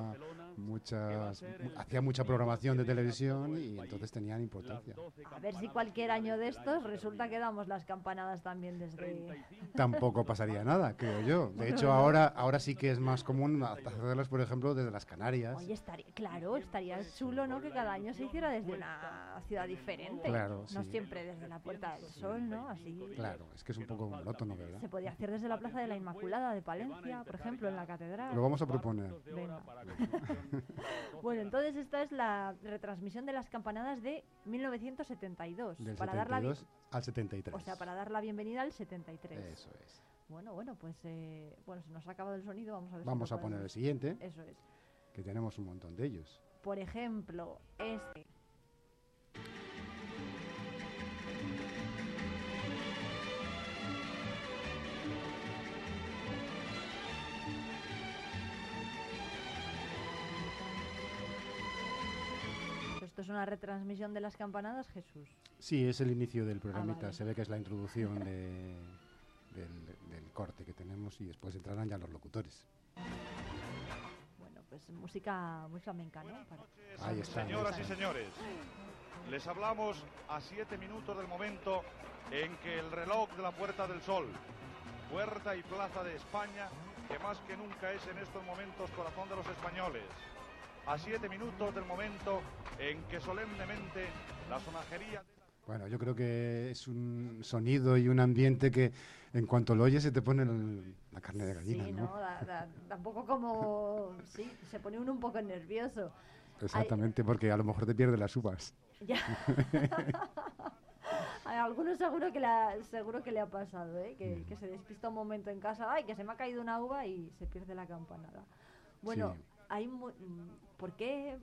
hacía mucha programación de televisión y entonces tenían importancia. A ver si cualquier año de estos resulta que damos las campanadas también desde... Tampoco pasaría nada, creo yo. De hecho, ahora sí que es más común hacerlas, por ejemplo, desde las Canarias. Oye, estaría chulo, ¿no? Que cada año se hiciera desde una ciudad diferente. Claro, sí. No siempre desde la Puerta del Sol, ¿no? Así. Claro, es que es un poco monótono, ¿verdad? Se podía hacer desde la Plaza de la Inmaculada de Palencia, por ejemplo, en la Catedral. Lo vamos a proponer. Venga. Bueno, entonces esta es la retransmisión de las campanadas de 1972. Del para 72 al 73. O sea, para dar la bienvenida al 73. Eso es. Bueno, pues se nos ha acabado el sonido, vamos a ver. Vamos a poner el siguiente. Eso es. Que tenemos un montón de ellos. Por ejemplo, este. ¿Esto es una retransmisión de las campanadas, Jesús? Sí, es el inicio del programita. Vale. Se ve que es la introducción del corte que tenemos y después entrarán ya los locutores. Bueno, pues música muy flamenca, ¿no? Ahí está. Señoras y señores, les hablamos a 7 minutos del momento en que el reloj de la Puerta del Sol, puerta y plaza de España, que más que nunca es en estos momentos corazón de los españoles. A 7 minutos del momento en que solemnemente la sonajería... Bueno, yo creo que es un sonido y un ambiente que en cuanto lo oyes se te pone la carne de gallina, sí, ¿no? Tampoco como... Sí, se pone uno un poco nervioso. Exactamente, porque a lo mejor te pierdes las uvas. Ya. A algunos seguro que le ha pasado, ¿eh? Que se despista un momento en casa, ¡ay, que se me ha caído una uva! Y se pierde la campanada. Bueno, sí. ¿Por qué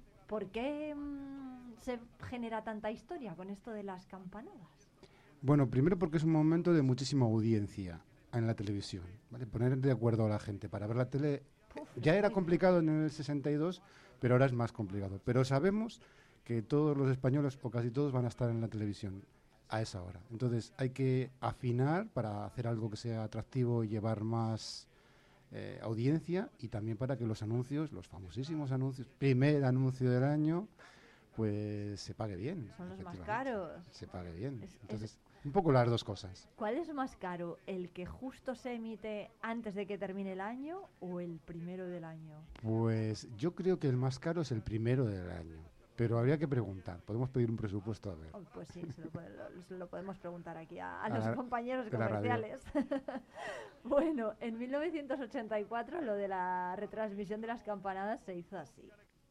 se genera tanta historia con esto de las campanadas? Bueno, primero porque es un momento de muchísima audiencia en la televisión, ¿vale? Poner de acuerdo a la gente para ver la tele ya era complicado en el 62, pero ahora es más complicado. Pero sabemos que todos los españoles, o casi todos, van a estar en la televisión a esa hora. Entonces hay que afinar para hacer algo que sea atractivo y llevar más... audiencia y también para que los anuncios, los famosísimos anuncios, primer anuncio del año, pues se pague bien. Son los más caros. Se pague bien. Entonces, un poco las dos cosas. ¿Cuál es más caro? ¿El que justo se emite antes de que termine el año o el primero del año? Pues yo creo que el más caro es el primero del año. Pero habría que preguntar, podemos pedir un presupuesto a ver. Pues sí, se lo podemos preguntar aquí a los compañeros comerciales. Bueno, en 1984 lo de la retransmisión de las campanadas se hizo así.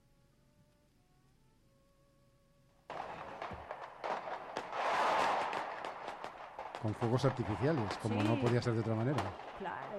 Con fuegos artificiales, como sí. No podía ser de otra manera. Claro.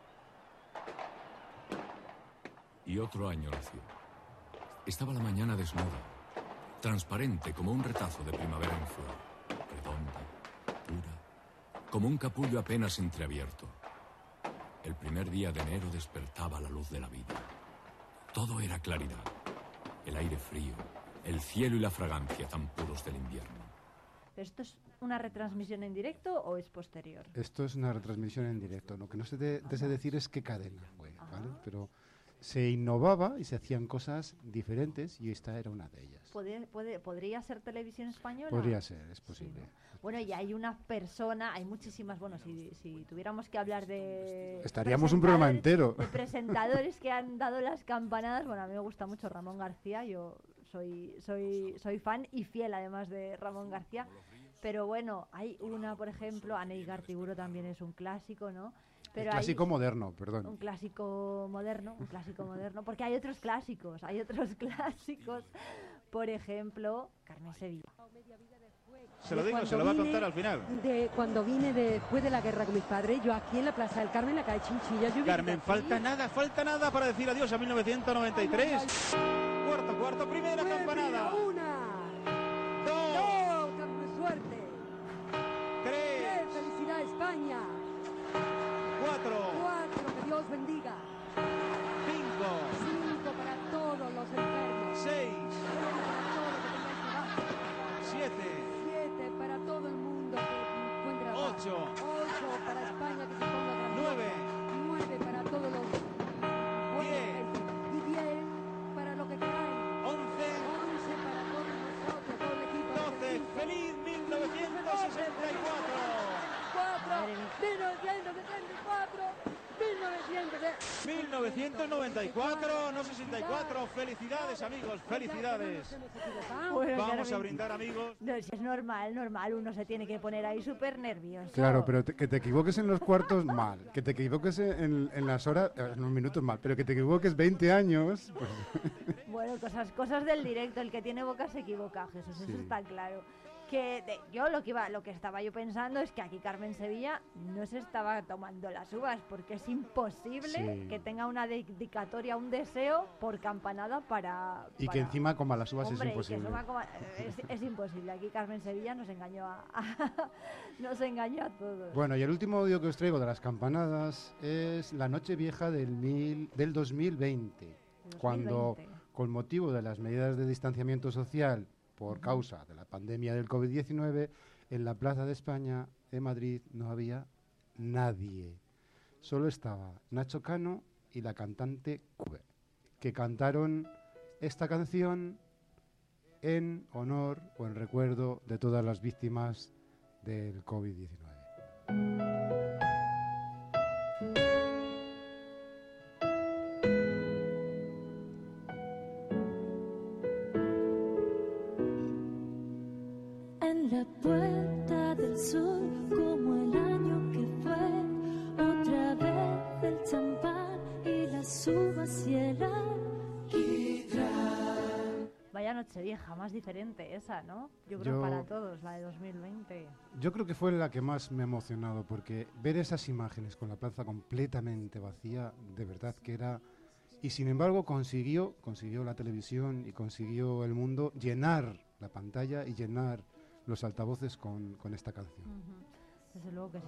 Y otro año nació. Estaba la mañana desnuda, transparente como un retazo de primavera en flor, redonda, pura, como un capullo apenas entreabierto. El primer día de enero despertaba la luz de la vida. Todo era claridad, el aire frío, el cielo y la fragancia tan puros del invierno. ¿Esto es una retransmisión en directo o es posterior? Esto es una retransmisión en directo. Lo que no sé decir es qué cadena fue, ¿vale? Pero se innovaba y se hacían cosas diferentes y esta era una de ellas. ¿Podría ser Televisión Española? Podría ser, es posible. Sí, ¿no? Bueno, y hay una persona, hay muchísimas, bueno, si tuviéramos que hablar de... Estaríamos un programa entero. De presentadores que han dado las campanadas, bueno, a mí me gusta mucho Ramón García, yo soy fan y fiel además de Ramón García, pero bueno, hay una, por ejemplo, Aney Gartiburu también es un clásico, ¿no? Pero clásico moderno, perdón. Un clásico moderno, porque hay otros clásicos, por ejemplo, Carmen Sevilla. Se lo digo, se lo va a contar al final. De cuando vine después de la guerra con mis padres, yo aquí en la Plaza del Carmen, en la calle Chinchilla... Carmen, falta nada para decir adiós a 1993. Cuarto, primera campanada. Dos, Carmen, suerte. Tres. Felicidad, España. Cuatro, que Dios bendiga. Cinco para todos los enfermos. Seis. Siete para todo el mundo que encuentra. Ocho para España que 1994, no 64. Felicidades, amigos, felicidades. Bueno, vamos a brindar, amigos. No, si es normal, uno se tiene que poner ahí súper nervioso. Claro, pero que te equivoques en los cuartos, mal. Que te equivoques en las horas, en los minutos, mal. Pero que te equivoques 20 años, pues... Bueno, cosas del directo. El que tiene boca se equivoca, Jesús, eso está claro. Yo lo que estaba yo pensando es que aquí Carmen Sevilla no se estaba tomando las uvas, porque es imposible que tenga una dedicatoria, un deseo por campanada para... Y que encima coma las uvas. Hombre, es imposible. Es imposible. Aquí Carmen Sevilla nos engañó nos engañó a todos. Bueno, y el último audio que os traigo de las campanadas es la noche vieja del 2020, cuando, con motivo de las medidas de distanciamiento social por causa de la pandemia del COVID-19, en la Plaza de España de Madrid no había nadie. Solo estaba Nacho Cano y la cantante Cube, que cantaron esta canción en honor o en recuerdo de todas las víctimas del COVID-19. La puerta del sol, como el año que fue, otra vez el champán y las uvas y el alquitrán. Vaya noche vieja, más diferente esa, ¿no? Yo creo para todos, la de 2020. Yo creo que fue la que más me ha emocionado, porque ver esas imágenes con la plaza completamente vacía, de verdad que era... Y sin embargo consiguió la televisión y consiguió el mundo llenar la pantalla y llenar los altavoces con esta canción. Desde luego que sí.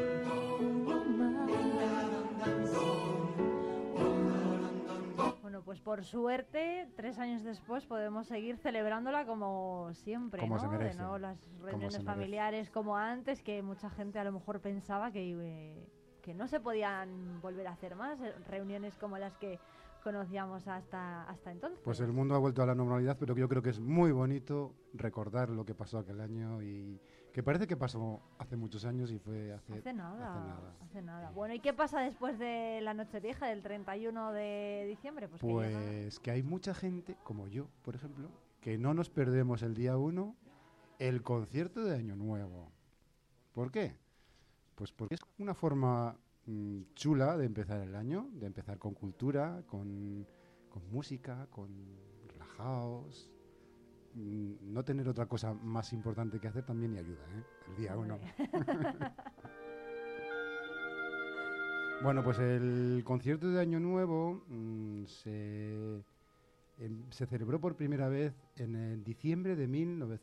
Bueno, pues por suerte, 3 años después podemos seguir celebrándola como siempre, como ¿no? se merece. De nuevo las reuniones familiares como antes, que mucha gente a lo mejor pensaba que no se podían volver a hacer más, reuniones como las que conocíamos hasta entonces. Pues el mundo ha vuelto a la normalidad, pero yo creo que es muy bonito recordar lo que pasó aquel año y que parece que pasó hace muchos años y fue hace nada. Bueno, ¿y qué pasa después de la Nochevieja del 31 de diciembre? Pues que hay mucha gente, como yo, por ejemplo, que no nos perdemos el día 1 el concierto de Año Nuevo. ¿Por qué? Pues porque es una forma chula de empezar el año, de empezar con cultura, con música, con relajaos. No tener otra cosa más importante que hacer también y ayuda, el día 1. Bueno, pues el concierto de Año Nuevo se celebró por primera vez en el diciembre de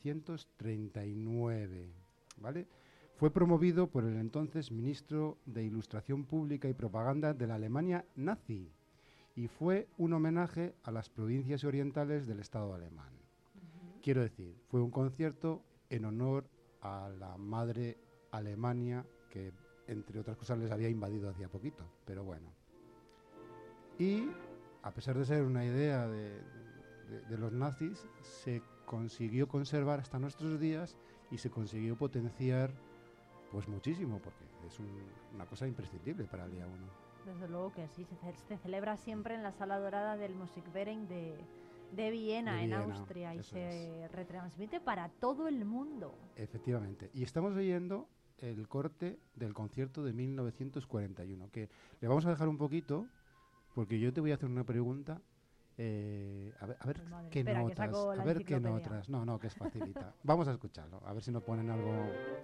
1939, ¿vale? Fue promovido por el entonces ministro de Ilustración Pública y Propaganda de la Alemania nazi y fue un homenaje a las provincias orientales del Estado alemán. Quiero decir, fue un concierto en honor a la madre Alemania que, entre otras cosas, les había invadido hacía poquito, pero bueno. Y, a pesar de ser una idea de los nazis, se consiguió conservar hasta nuestros días y se consiguió potenciar pues muchísimo, porque es una cosa imprescindible para el día 1. Desde luego que sí, se celebra siempre en la Sala Dorada del Musikverein de Viena, en Austria, y se retransmite para todo el mundo. Efectivamente, y estamos oyendo el corte del concierto de 1941, que le vamos a dejar un poquito, porque yo te voy a hacer una pregunta, a ver qué notas, no, que es facilita. Vamos a escucharlo, a ver si nos ponen algo...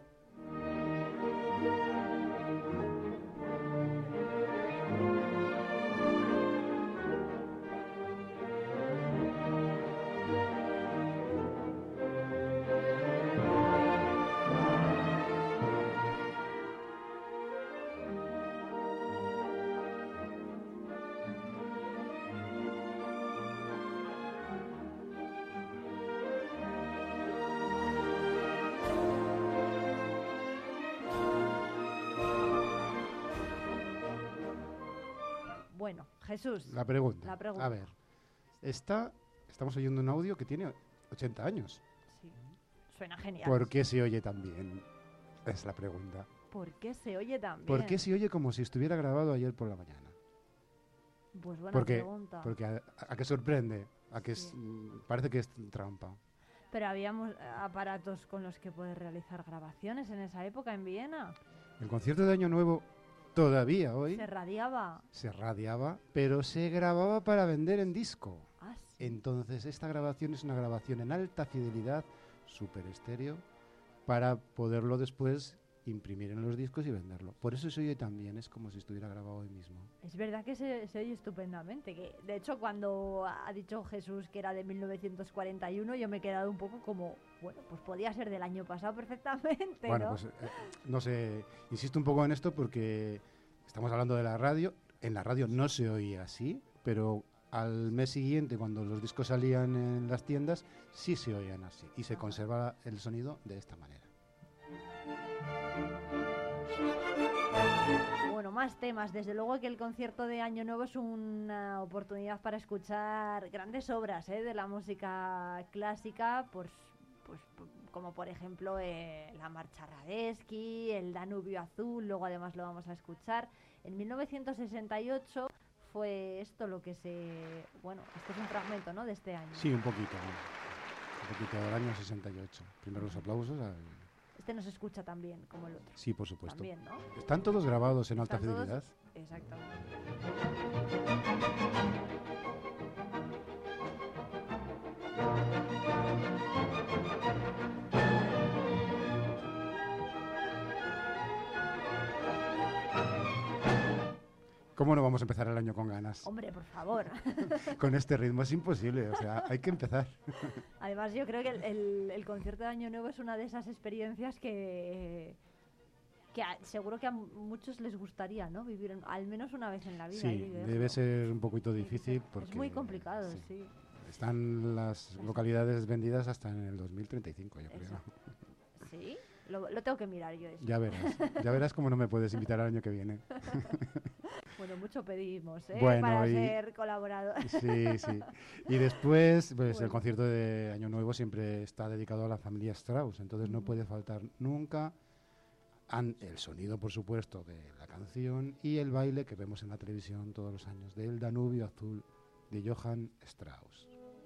Bueno, Jesús. La pregunta. A ver, estamos oyendo un audio que tiene 80 años. Sí, suena genial. ¿Por qué se oye tan bien? Es la pregunta. ¿Por qué se oye tan bien? ¿Por qué se oye como si estuviera grabado ayer por la mañana? Pues buena pregunta. Porque a qué sorprende, a que parece que es trampa. Pero habíamos aparatos con los que poder realizar grabaciones en esa época en Viena. El concierto de Año Nuevo todavía hoy Se radiaba, pero se grababa para vender en disco. Ah, sí. Entonces esta grabación es una grabación en alta fidelidad, super estéreo, para poderlo después imprimir en los discos y venderlo. Por eso se oye tan bien, es como si estuviera grabado hoy mismo. Es verdad que se oye estupendamente. Que de hecho, cuando ha dicho Jesús que era de 1941, yo me he quedado un poco como, bueno, pues podía ser del año pasado perfectamente, bueno, ¿no? Pues no sé, insisto un poco en esto porque estamos hablando de la radio. En la radio no se oía así, pero al mes siguiente, cuando los discos salían en las tiendas, sí se oían así y se conserva el sonido de esta manera. Bueno, más temas. Desde luego que el concierto de Año Nuevo es una oportunidad para escuchar grandes obras de la música clásica, pues como por ejemplo la Marcha Radetzky, el Danubio Azul, luego además lo vamos a escuchar. En 1968 fue esto lo que Bueno, este es un fragmento, ¿no?, de este año. Sí, un poquito del año 68. Primero los aplausos. Este no se escucha tan bien como el otro. Sí, por supuesto. También, ¿no? Están todos grabados en alta fidelidad. Exactamente. ¿Cómo no vamos a empezar el año con ganas? Hombre, por favor. Con este ritmo es imposible, o sea, hay que empezar. Además, yo creo que el concierto de Año Nuevo es una de esas experiencias que seguro que a muchos les gustaría, ¿no?, vivir al menos una vez en la vida. Sí, debe ser un poquito difícil porque... Es muy complicado, sí. Están las localidades vendidas hasta en el 2035, yo creo. ¿Sí? Lo tengo que mirar yo eso. Ya verás cómo no me puedes invitar al año que viene. Bueno, mucho pedimos, bueno, para ser colaboradores. Sí. Y después, pues el concierto de Año Nuevo siempre está dedicado a la familia Strauss, entonces no puede faltar nunca el sonido, por supuesto, de la canción y el baile que vemos en la televisión todos los años, del Danubio Azul de Johann Strauss.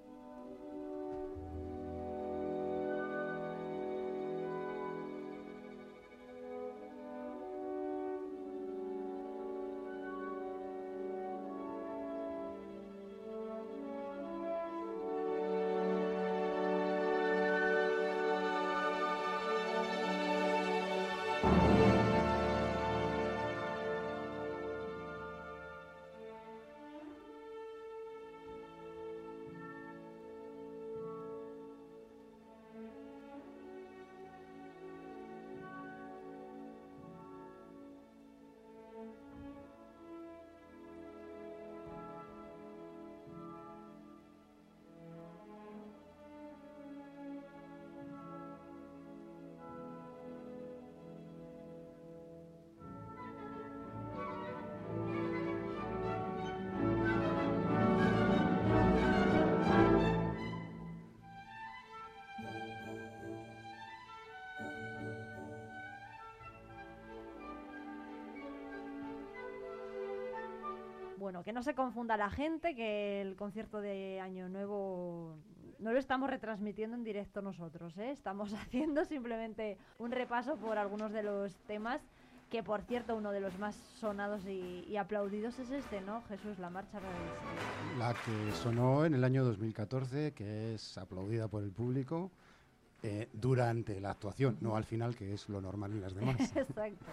Bueno, que no se confunda la gente, que el concierto de Año Nuevo no lo estamos retransmitiendo en directo nosotros, Estamos haciendo simplemente un repaso por algunos de los temas, que por cierto uno de los más sonados y aplaudidos es este, ¿no, Jesús? La Marcha Radetzky. La que sonó en el año 2014, que es aplaudida por el público durante la actuación, no al final, que es lo normal en las demás. Exacto.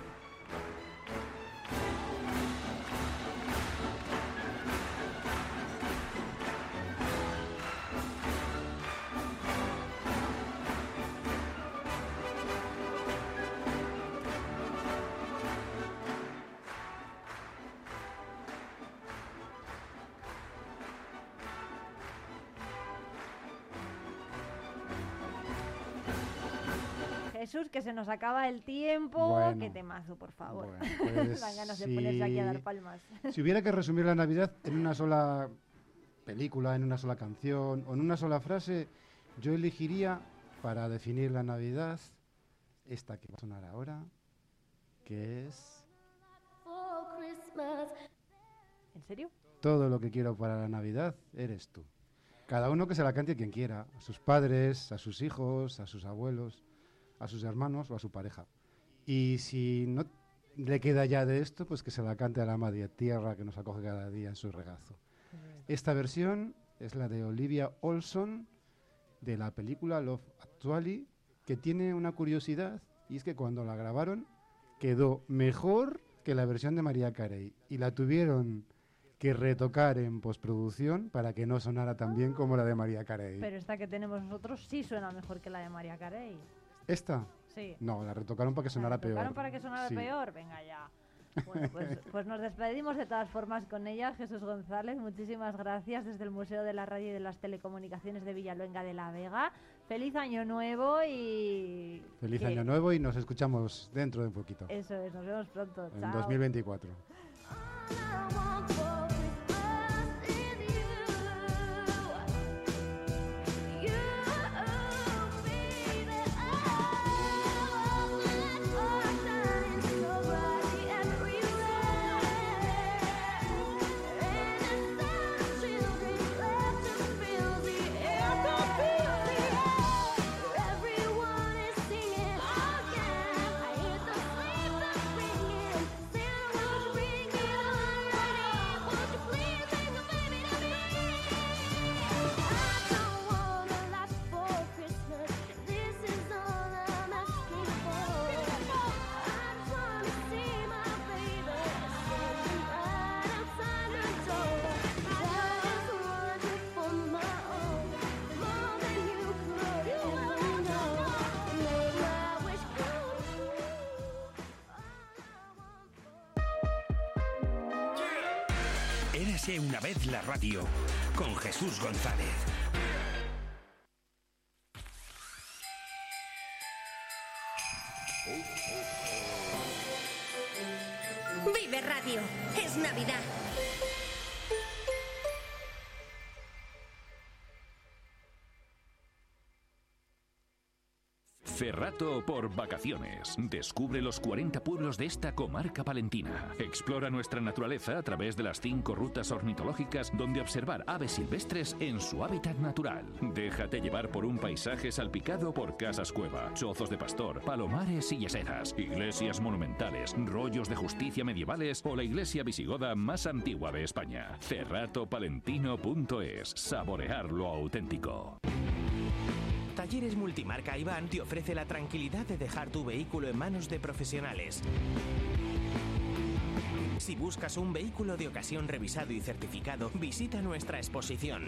Jesús, que se nos acaba el tiempo. Bueno, qué temazo, por favor. Bueno, pues dan ganas de ponerse aquí a dar palmas. Si hubiera que resumir la Navidad en una sola película, en una sola canción o en una sola frase, yo elegiría para definir la Navidad esta que va a sonar ahora, que es... ¿En serio? todo lo que quiero para la Navidad eres tú. Cada uno que se la cante a quien quiera, a sus padres, a sus hijos, a sus abuelos, a sus hermanos o a su pareja. Y si no le queda ya de esto, pues que se la cante a la Madre Tierra que nos acoge cada día en su regazo. Esta versión es la de Olivia Olson, de la película Love Actually, que tiene una curiosidad, y es que cuando la grabaron quedó mejor que la versión de Mariah Carey, y la tuvieron que retocar en postproducción para que no sonara tan bien como la de Mariah Carey. Pero esta que tenemos nosotros sí suena mejor que la de Mariah Carey. ¿Esta? Sí. No, la retocaron para que sonara peor. ¿La retocaron para que sonara peor? Venga ya. Bueno, pues nos despedimos de todas formas con ella. Jesús González, muchísimas gracias desde el Museo de la Radio y de las Telecomunicaciones de Villaluenga de la Vega. Feliz Año Nuevo y... Feliz Año Nuevo y nos escuchamos dentro de un poquito. Eso es, nos vemos pronto. En Chao. 2024. Érase una vez la radio, con Jesús González. Vive Radio, es Navidad. Ferrato por vacaciones. Descubre los 40 pueblos de esta comarca palentina. Explora nuestra naturaleza a través de las 5 rutas ornitológicas donde observar aves silvestres en su hábitat natural. Déjate llevar por un paisaje salpicado por casas cueva, chozos de pastor, palomares y yeseras, iglesias monumentales, rollos de justicia medievales o la iglesia visigoda más antigua de España. Ferratopalentino.es. Saborear lo auténtico. Talleres Multimarca Iván te ofrece la tranquilidad de dejar tu vehículo en manos de profesionales. Si buscas un vehículo de ocasión revisado y certificado, visita nuestra exposición.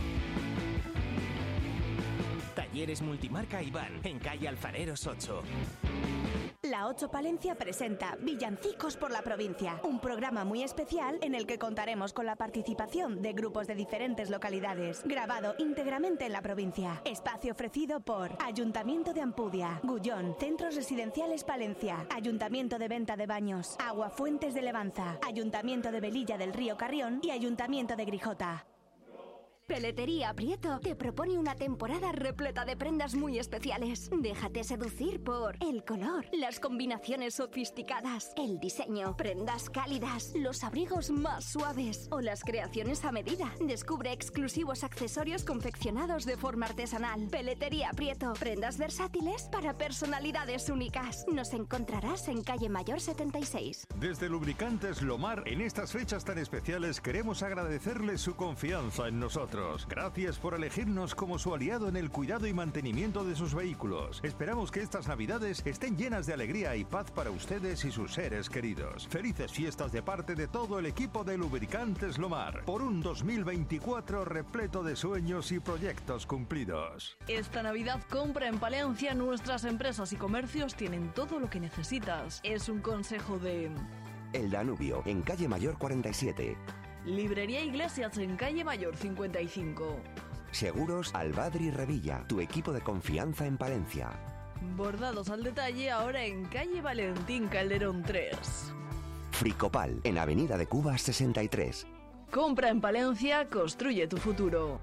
Talleres Multimarca Iván, en calle Alfareros 8. La 8 Palencia presenta Villancicos por la Provincia, un programa muy especial en el que contaremos con la participación de grupos de diferentes localidades, grabado íntegramente en la provincia. Espacio ofrecido por Ayuntamiento de Ampudia, Gullón, Centros Residenciales Palencia, Ayuntamiento de Venta de Baños, Aguafuentes de Levanza, Ayuntamiento de Velilla del Río Carrión y Ayuntamiento de Grijota. Peletería Prieto te propone una temporada repleta de prendas muy especiales. Déjate seducir por el color, las combinaciones sofisticadas, el diseño, prendas cálidas, los abrigos más suaves o las creaciones a medida. Descubre exclusivos accesorios confeccionados de forma artesanal. Peletería Prieto, prendas versátiles para personalidades únicas. Nos encontrarás en calle Mayor 76. Desde Lubricantes Lomar, en estas fechas tan especiales queremos agradecerles su confianza en nosotros. Gracias por elegirnos como su aliado en el cuidado y mantenimiento de sus vehículos. Esperamos que estas Navidades estén llenas de alegría y paz para ustedes y sus seres queridos. Felices fiestas de parte de todo el equipo de Lubricantes Lomar, por un 2024 repleto de sueños y proyectos cumplidos. Esta Navidad compra en Palencia. Nuestras empresas y comercios tienen todo lo que necesitas. Es un consejo de... El Danubio, en calle Mayor 47. Librería Iglesias, en calle Mayor 55. Seguros Albadri Revilla, tu equipo de confianza en Palencia. Bordados al detalle, ahora en calle Valentín Calderón 3. Fricopal, en avenida de Cuba 63. Compra en Palencia, construye tu futuro.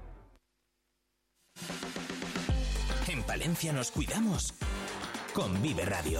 En Palencia nos cuidamos con Vive Radio.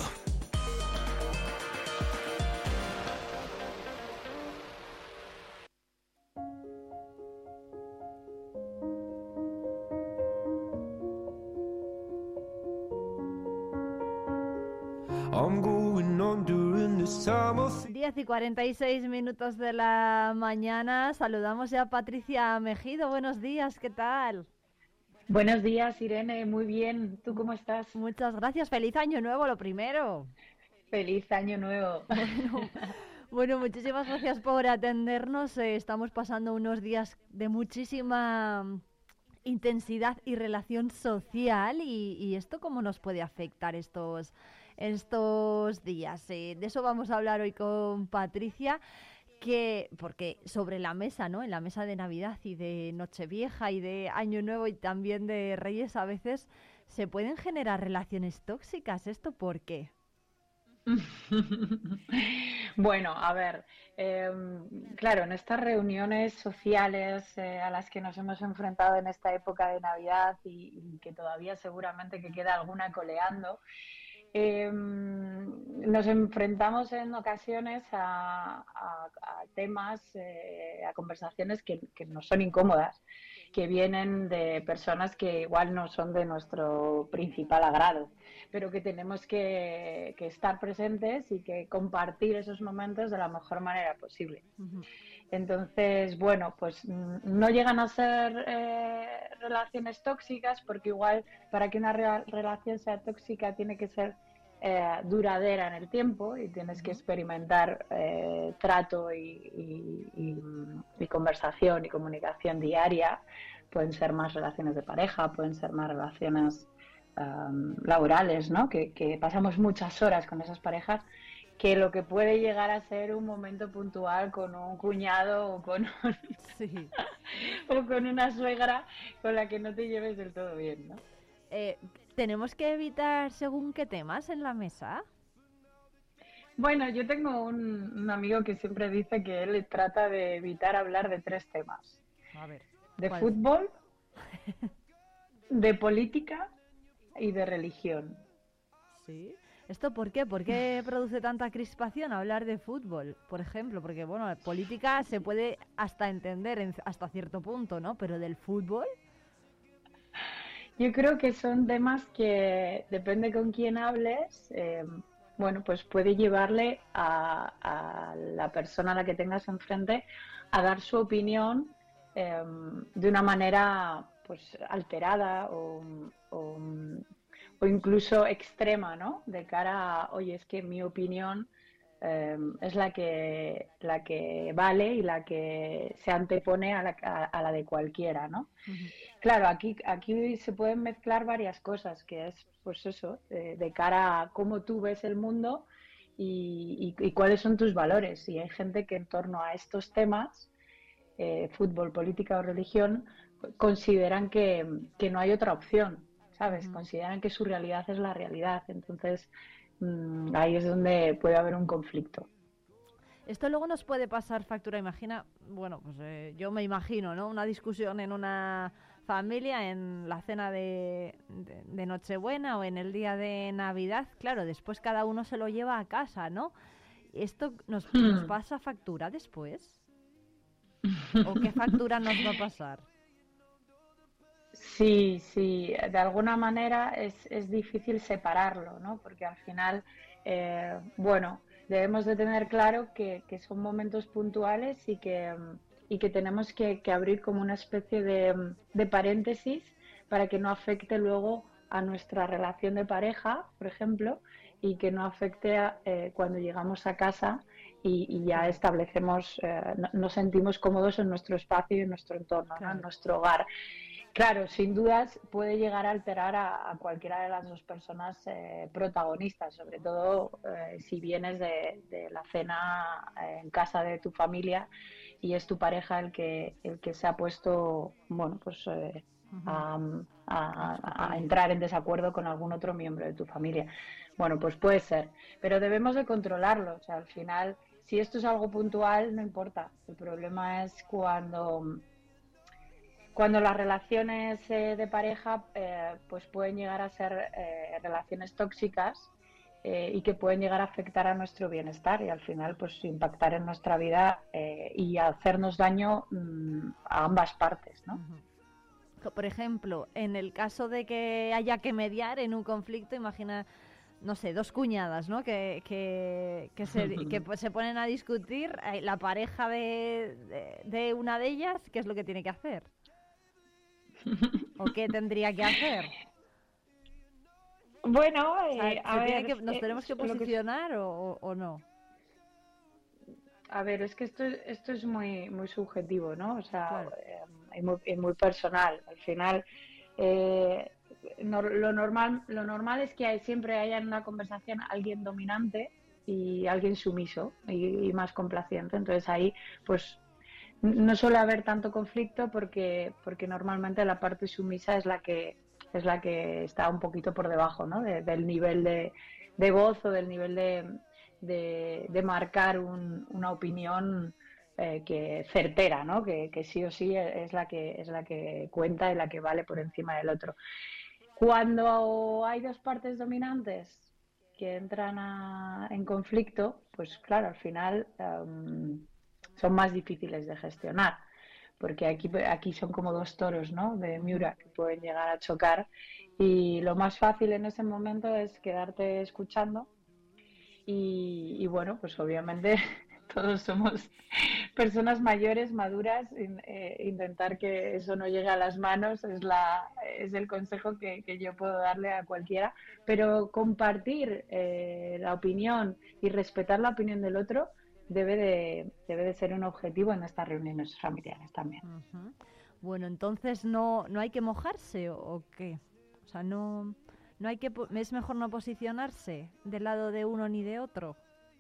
I'm going on during this time of 10:46 de la mañana. Saludamos ya a Patricia Mejido. Buenos días, ¿qué tal? Buenos días, Irene. Muy bien. ¿Tú cómo estás? Muchas gracias. Feliz año nuevo, lo primero. Feliz año nuevo. Bueno, muchísimas gracias por atendernos. Estamos pasando unos días de muchísima intensidad y relación social y esto cómo nos puede afectar estos días. De eso vamos a hablar hoy con Patricia, porque sobre la mesa, ¿no? En la mesa de Navidad y de Nochevieja y de Año Nuevo y también de Reyes a veces se pueden generar relaciones tóxicas. ¿Esto por qué? Bueno, a ver, claro, en estas reuniones sociales a las que nos hemos enfrentado en esta época de Navidad y que todavía seguramente que queda alguna coleando, nos enfrentamos en ocasiones a temas, a conversaciones que nos son incómodas, que vienen de personas que igual no son de nuestro principal agrado, pero que tenemos que estar presentes y que compartir esos momentos de la mejor manera posible. Uh-huh. Entonces, bueno, pues no llegan a ser relaciones tóxicas, porque igual para que una relación sea tóxica tiene que ser duradera en el tiempo y tienes que experimentar trato y conversación y comunicación diaria. Pueden ser más relaciones de pareja, pueden ser más relaciones laborales, ¿no? Que pasamos muchas horas con esas parejas, que lo que puede llegar a ser un momento puntual con un cuñado o con sí. o con una suegra con la que no te lleves del todo bien, ¿no? ¿Tenemos que evitar según qué temas en la mesa? Bueno, yo tengo un amigo que siempre dice que él trata de evitar hablar de 3 temas. A ver, de ¿cuál? Fútbol, de política y de religión. Sí. ¿Esto por qué? ¿Por qué produce tanta crispación hablar de fútbol, por ejemplo? Porque, bueno, la política se puede hasta entender hasta cierto punto, ¿no? Pero del fútbol... Yo creo que son temas que, depende con quién hables, bueno, pues puede llevarle a la persona a la que tengas enfrente a dar su opinión de una manera pues alterada o incluso extrema, ¿no? De cara a, oye, es que mi opinión es la que vale y la que se antepone a la de cualquiera, ¿no? Uh-huh. Claro, aquí se pueden mezclar varias cosas, que es, pues eso, de cara a cómo tú ves el mundo y cuáles son tus valores. Y hay gente que en torno a estos temas, fútbol, política o religión, consideran que no hay otra opción, ¿sabes? Uh-huh. Consideran que su realidad es la realidad. Entonces, ahí es donde puede haber un conflicto. Esto luego nos puede pasar factura. Imagina, bueno, pues yo me imagino, ¿no? Una discusión en una familia, en la cena de Nochebuena o en el día de Navidad. Claro, después cada uno se lo lleva a casa, ¿no? ¿Esto nos pasa factura después? ¿O qué factura nos va a pasar? Sí, de alguna manera es difícil separarlo, ¿no? Porque al final, bueno, debemos de tener claro que son momentos puntuales y que tenemos que abrir como una especie de paréntesis para que no afecte luego a nuestra relación de pareja, por ejemplo, y que no afecte cuando llegamos a casa y ya establecemos, nos sentimos cómodos en nuestro espacio y en nuestro entorno, ¿no? En nuestro hogar. Claro, sin dudas puede llegar a alterar a cualquiera de las dos personas protagonistas, sobre todo si vienes de la cena en casa de tu familia y es tu pareja el que se ha puesto, bueno, pues a entrar en desacuerdo con algún otro miembro de tu familia. Bueno, pues puede ser, pero debemos de controlarlo. O sea, al final, si esto es algo puntual, no importa. El problema es cuando las relaciones de pareja pues pueden llegar a ser relaciones tóxicas y que pueden llegar a afectar a nuestro bienestar y al final pues impactar en nuestra vida y hacernos daño a ambas partes, ¿no? Por ejemplo, en el caso de que haya que mediar en un conflicto, imagina no sé, dos cuñadas, ¿no? Que se ponen a discutir, la pareja de una de ellas, ¿qué es lo que tiene que hacer? ¿O qué tendría que hacer? Bueno, ¿nos tenemos que posicionar o no? A ver, es que esto es muy muy subjetivo, ¿no? O sea, claro. Es muy personal. Al final, lo normal es que siempre haya en una conversación alguien dominante y alguien sumiso y más complaciente. Entonces ahí, pues, no suele haber tanto conflicto porque normalmente la parte sumisa es la que está un poquito por debajo, ¿no? Del nivel de voz o del nivel de marcar una opinión que certera, ¿no? Que sí o sí es la que cuenta y la que vale por encima del otro. Cuando hay dos partes dominantes que entran en conflicto, pues claro, al final son más difíciles de gestionar, porque aquí son como dos toros, ¿no? De Miura que pueden llegar a chocar, y lo más fácil en ese momento es quedarte escuchando y bueno, pues obviamente todos somos personas mayores, maduras, intentar que eso no llegue a las manos es el consejo que yo puedo darle a cualquiera, pero compartir la opinión y respetar la opinión del otro debe de ser un objetivo en estas reuniones familiares también. Uh-huh. Bueno, entonces no hay que mojarse o qué, o sea, no hay que, es mejor no posicionarse del lado de uno ni de otro.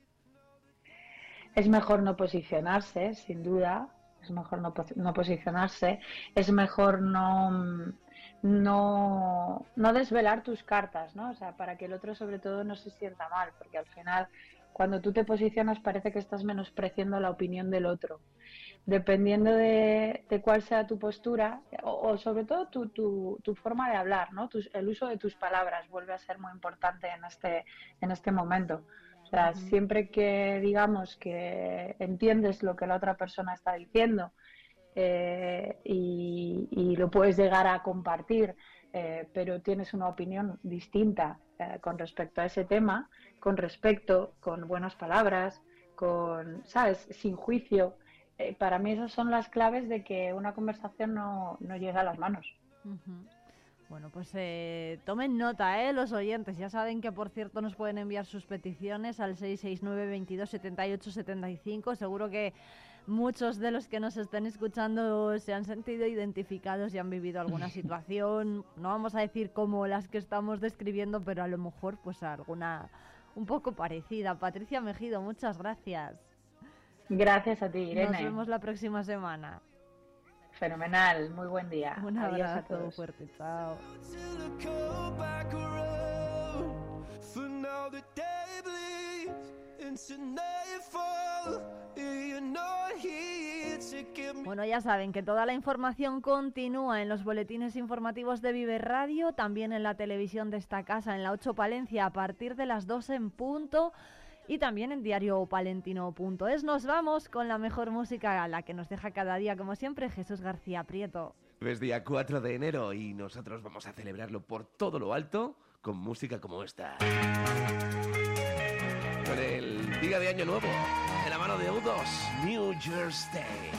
Es mejor no posicionarse, sin duda. Es mejor no posicionarse. Es mejor no desvelar tus cartas, ¿no? O sea, para que el otro sobre todo no se sienta mal, porque al final cuando tú te posicionas parece que estás menospreciando la opinión del otro. Dependiendo de cuál sea tu postura o sobre todo tu forma de hablar, ¿no? El uso de tus palabras vuelve a ser muy importante en este momento. O sea, siempre que digamos que entiendes lo que la otra persona está diciendo y lo puedes llegar a compartir, pero tienes una opinión distinta con respecto a ese tema, con buenas palabras, ¿sabes? Sin juicio. Para mí esas son las claves de que una conversación no llega a las manos. Uh-huh. Bueno, pues tomen nota, los oyentes. Ya saben que, por cierto, nos pueden enviar sus peticiones al 669 22 78 75. Seguro que muchos de los que nos estén escuchando se han sentido identificados y han vivido alguna situación, no vamos a decir como las que estamos describiendo, pero a lo mejor pues alguna un poco parecida. Patricia Mejido, muchas gracias. Gracias a ti, Irene. Nos vemos la próxima semana. Fenomenal, muy buen día. Un abrazo fuerte, chao. Bueno, ya saben que toda la información continúa en los boletines informativos de Vive Radio, también en la televisión de esta casa, en la 8 Palencia, a partir de las 2 en punto, y también en diariopalentino.es. Nos vamos con la mejor música, la que nos deja cada día, como siempre, Jesús García Prieto. Es día 4 de enero y nosotros vamos a celebrarlo por todo lo alto con música como esta. Con el día de Año Nuevo, de la mano de U2, New Year's Day.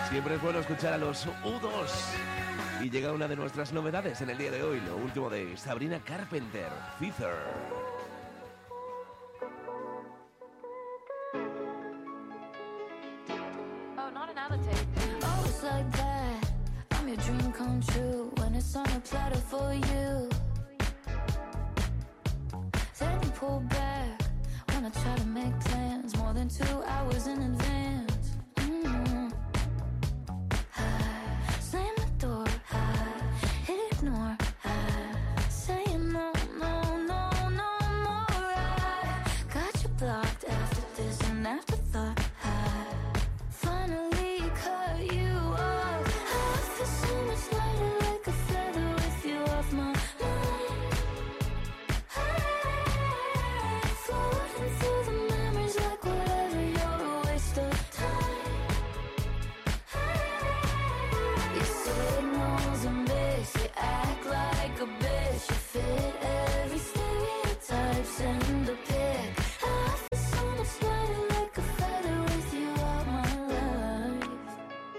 Siempre es bueno escuchar a los U2. Y llega una de nuestras novedades en el día de hoy, lo último de Sabrina Carpenter, Feather. Oh, it's like that. I'm your dream come true when it's on a platter for you. Then you pull back when I try to make plans more than 2 hours in advance.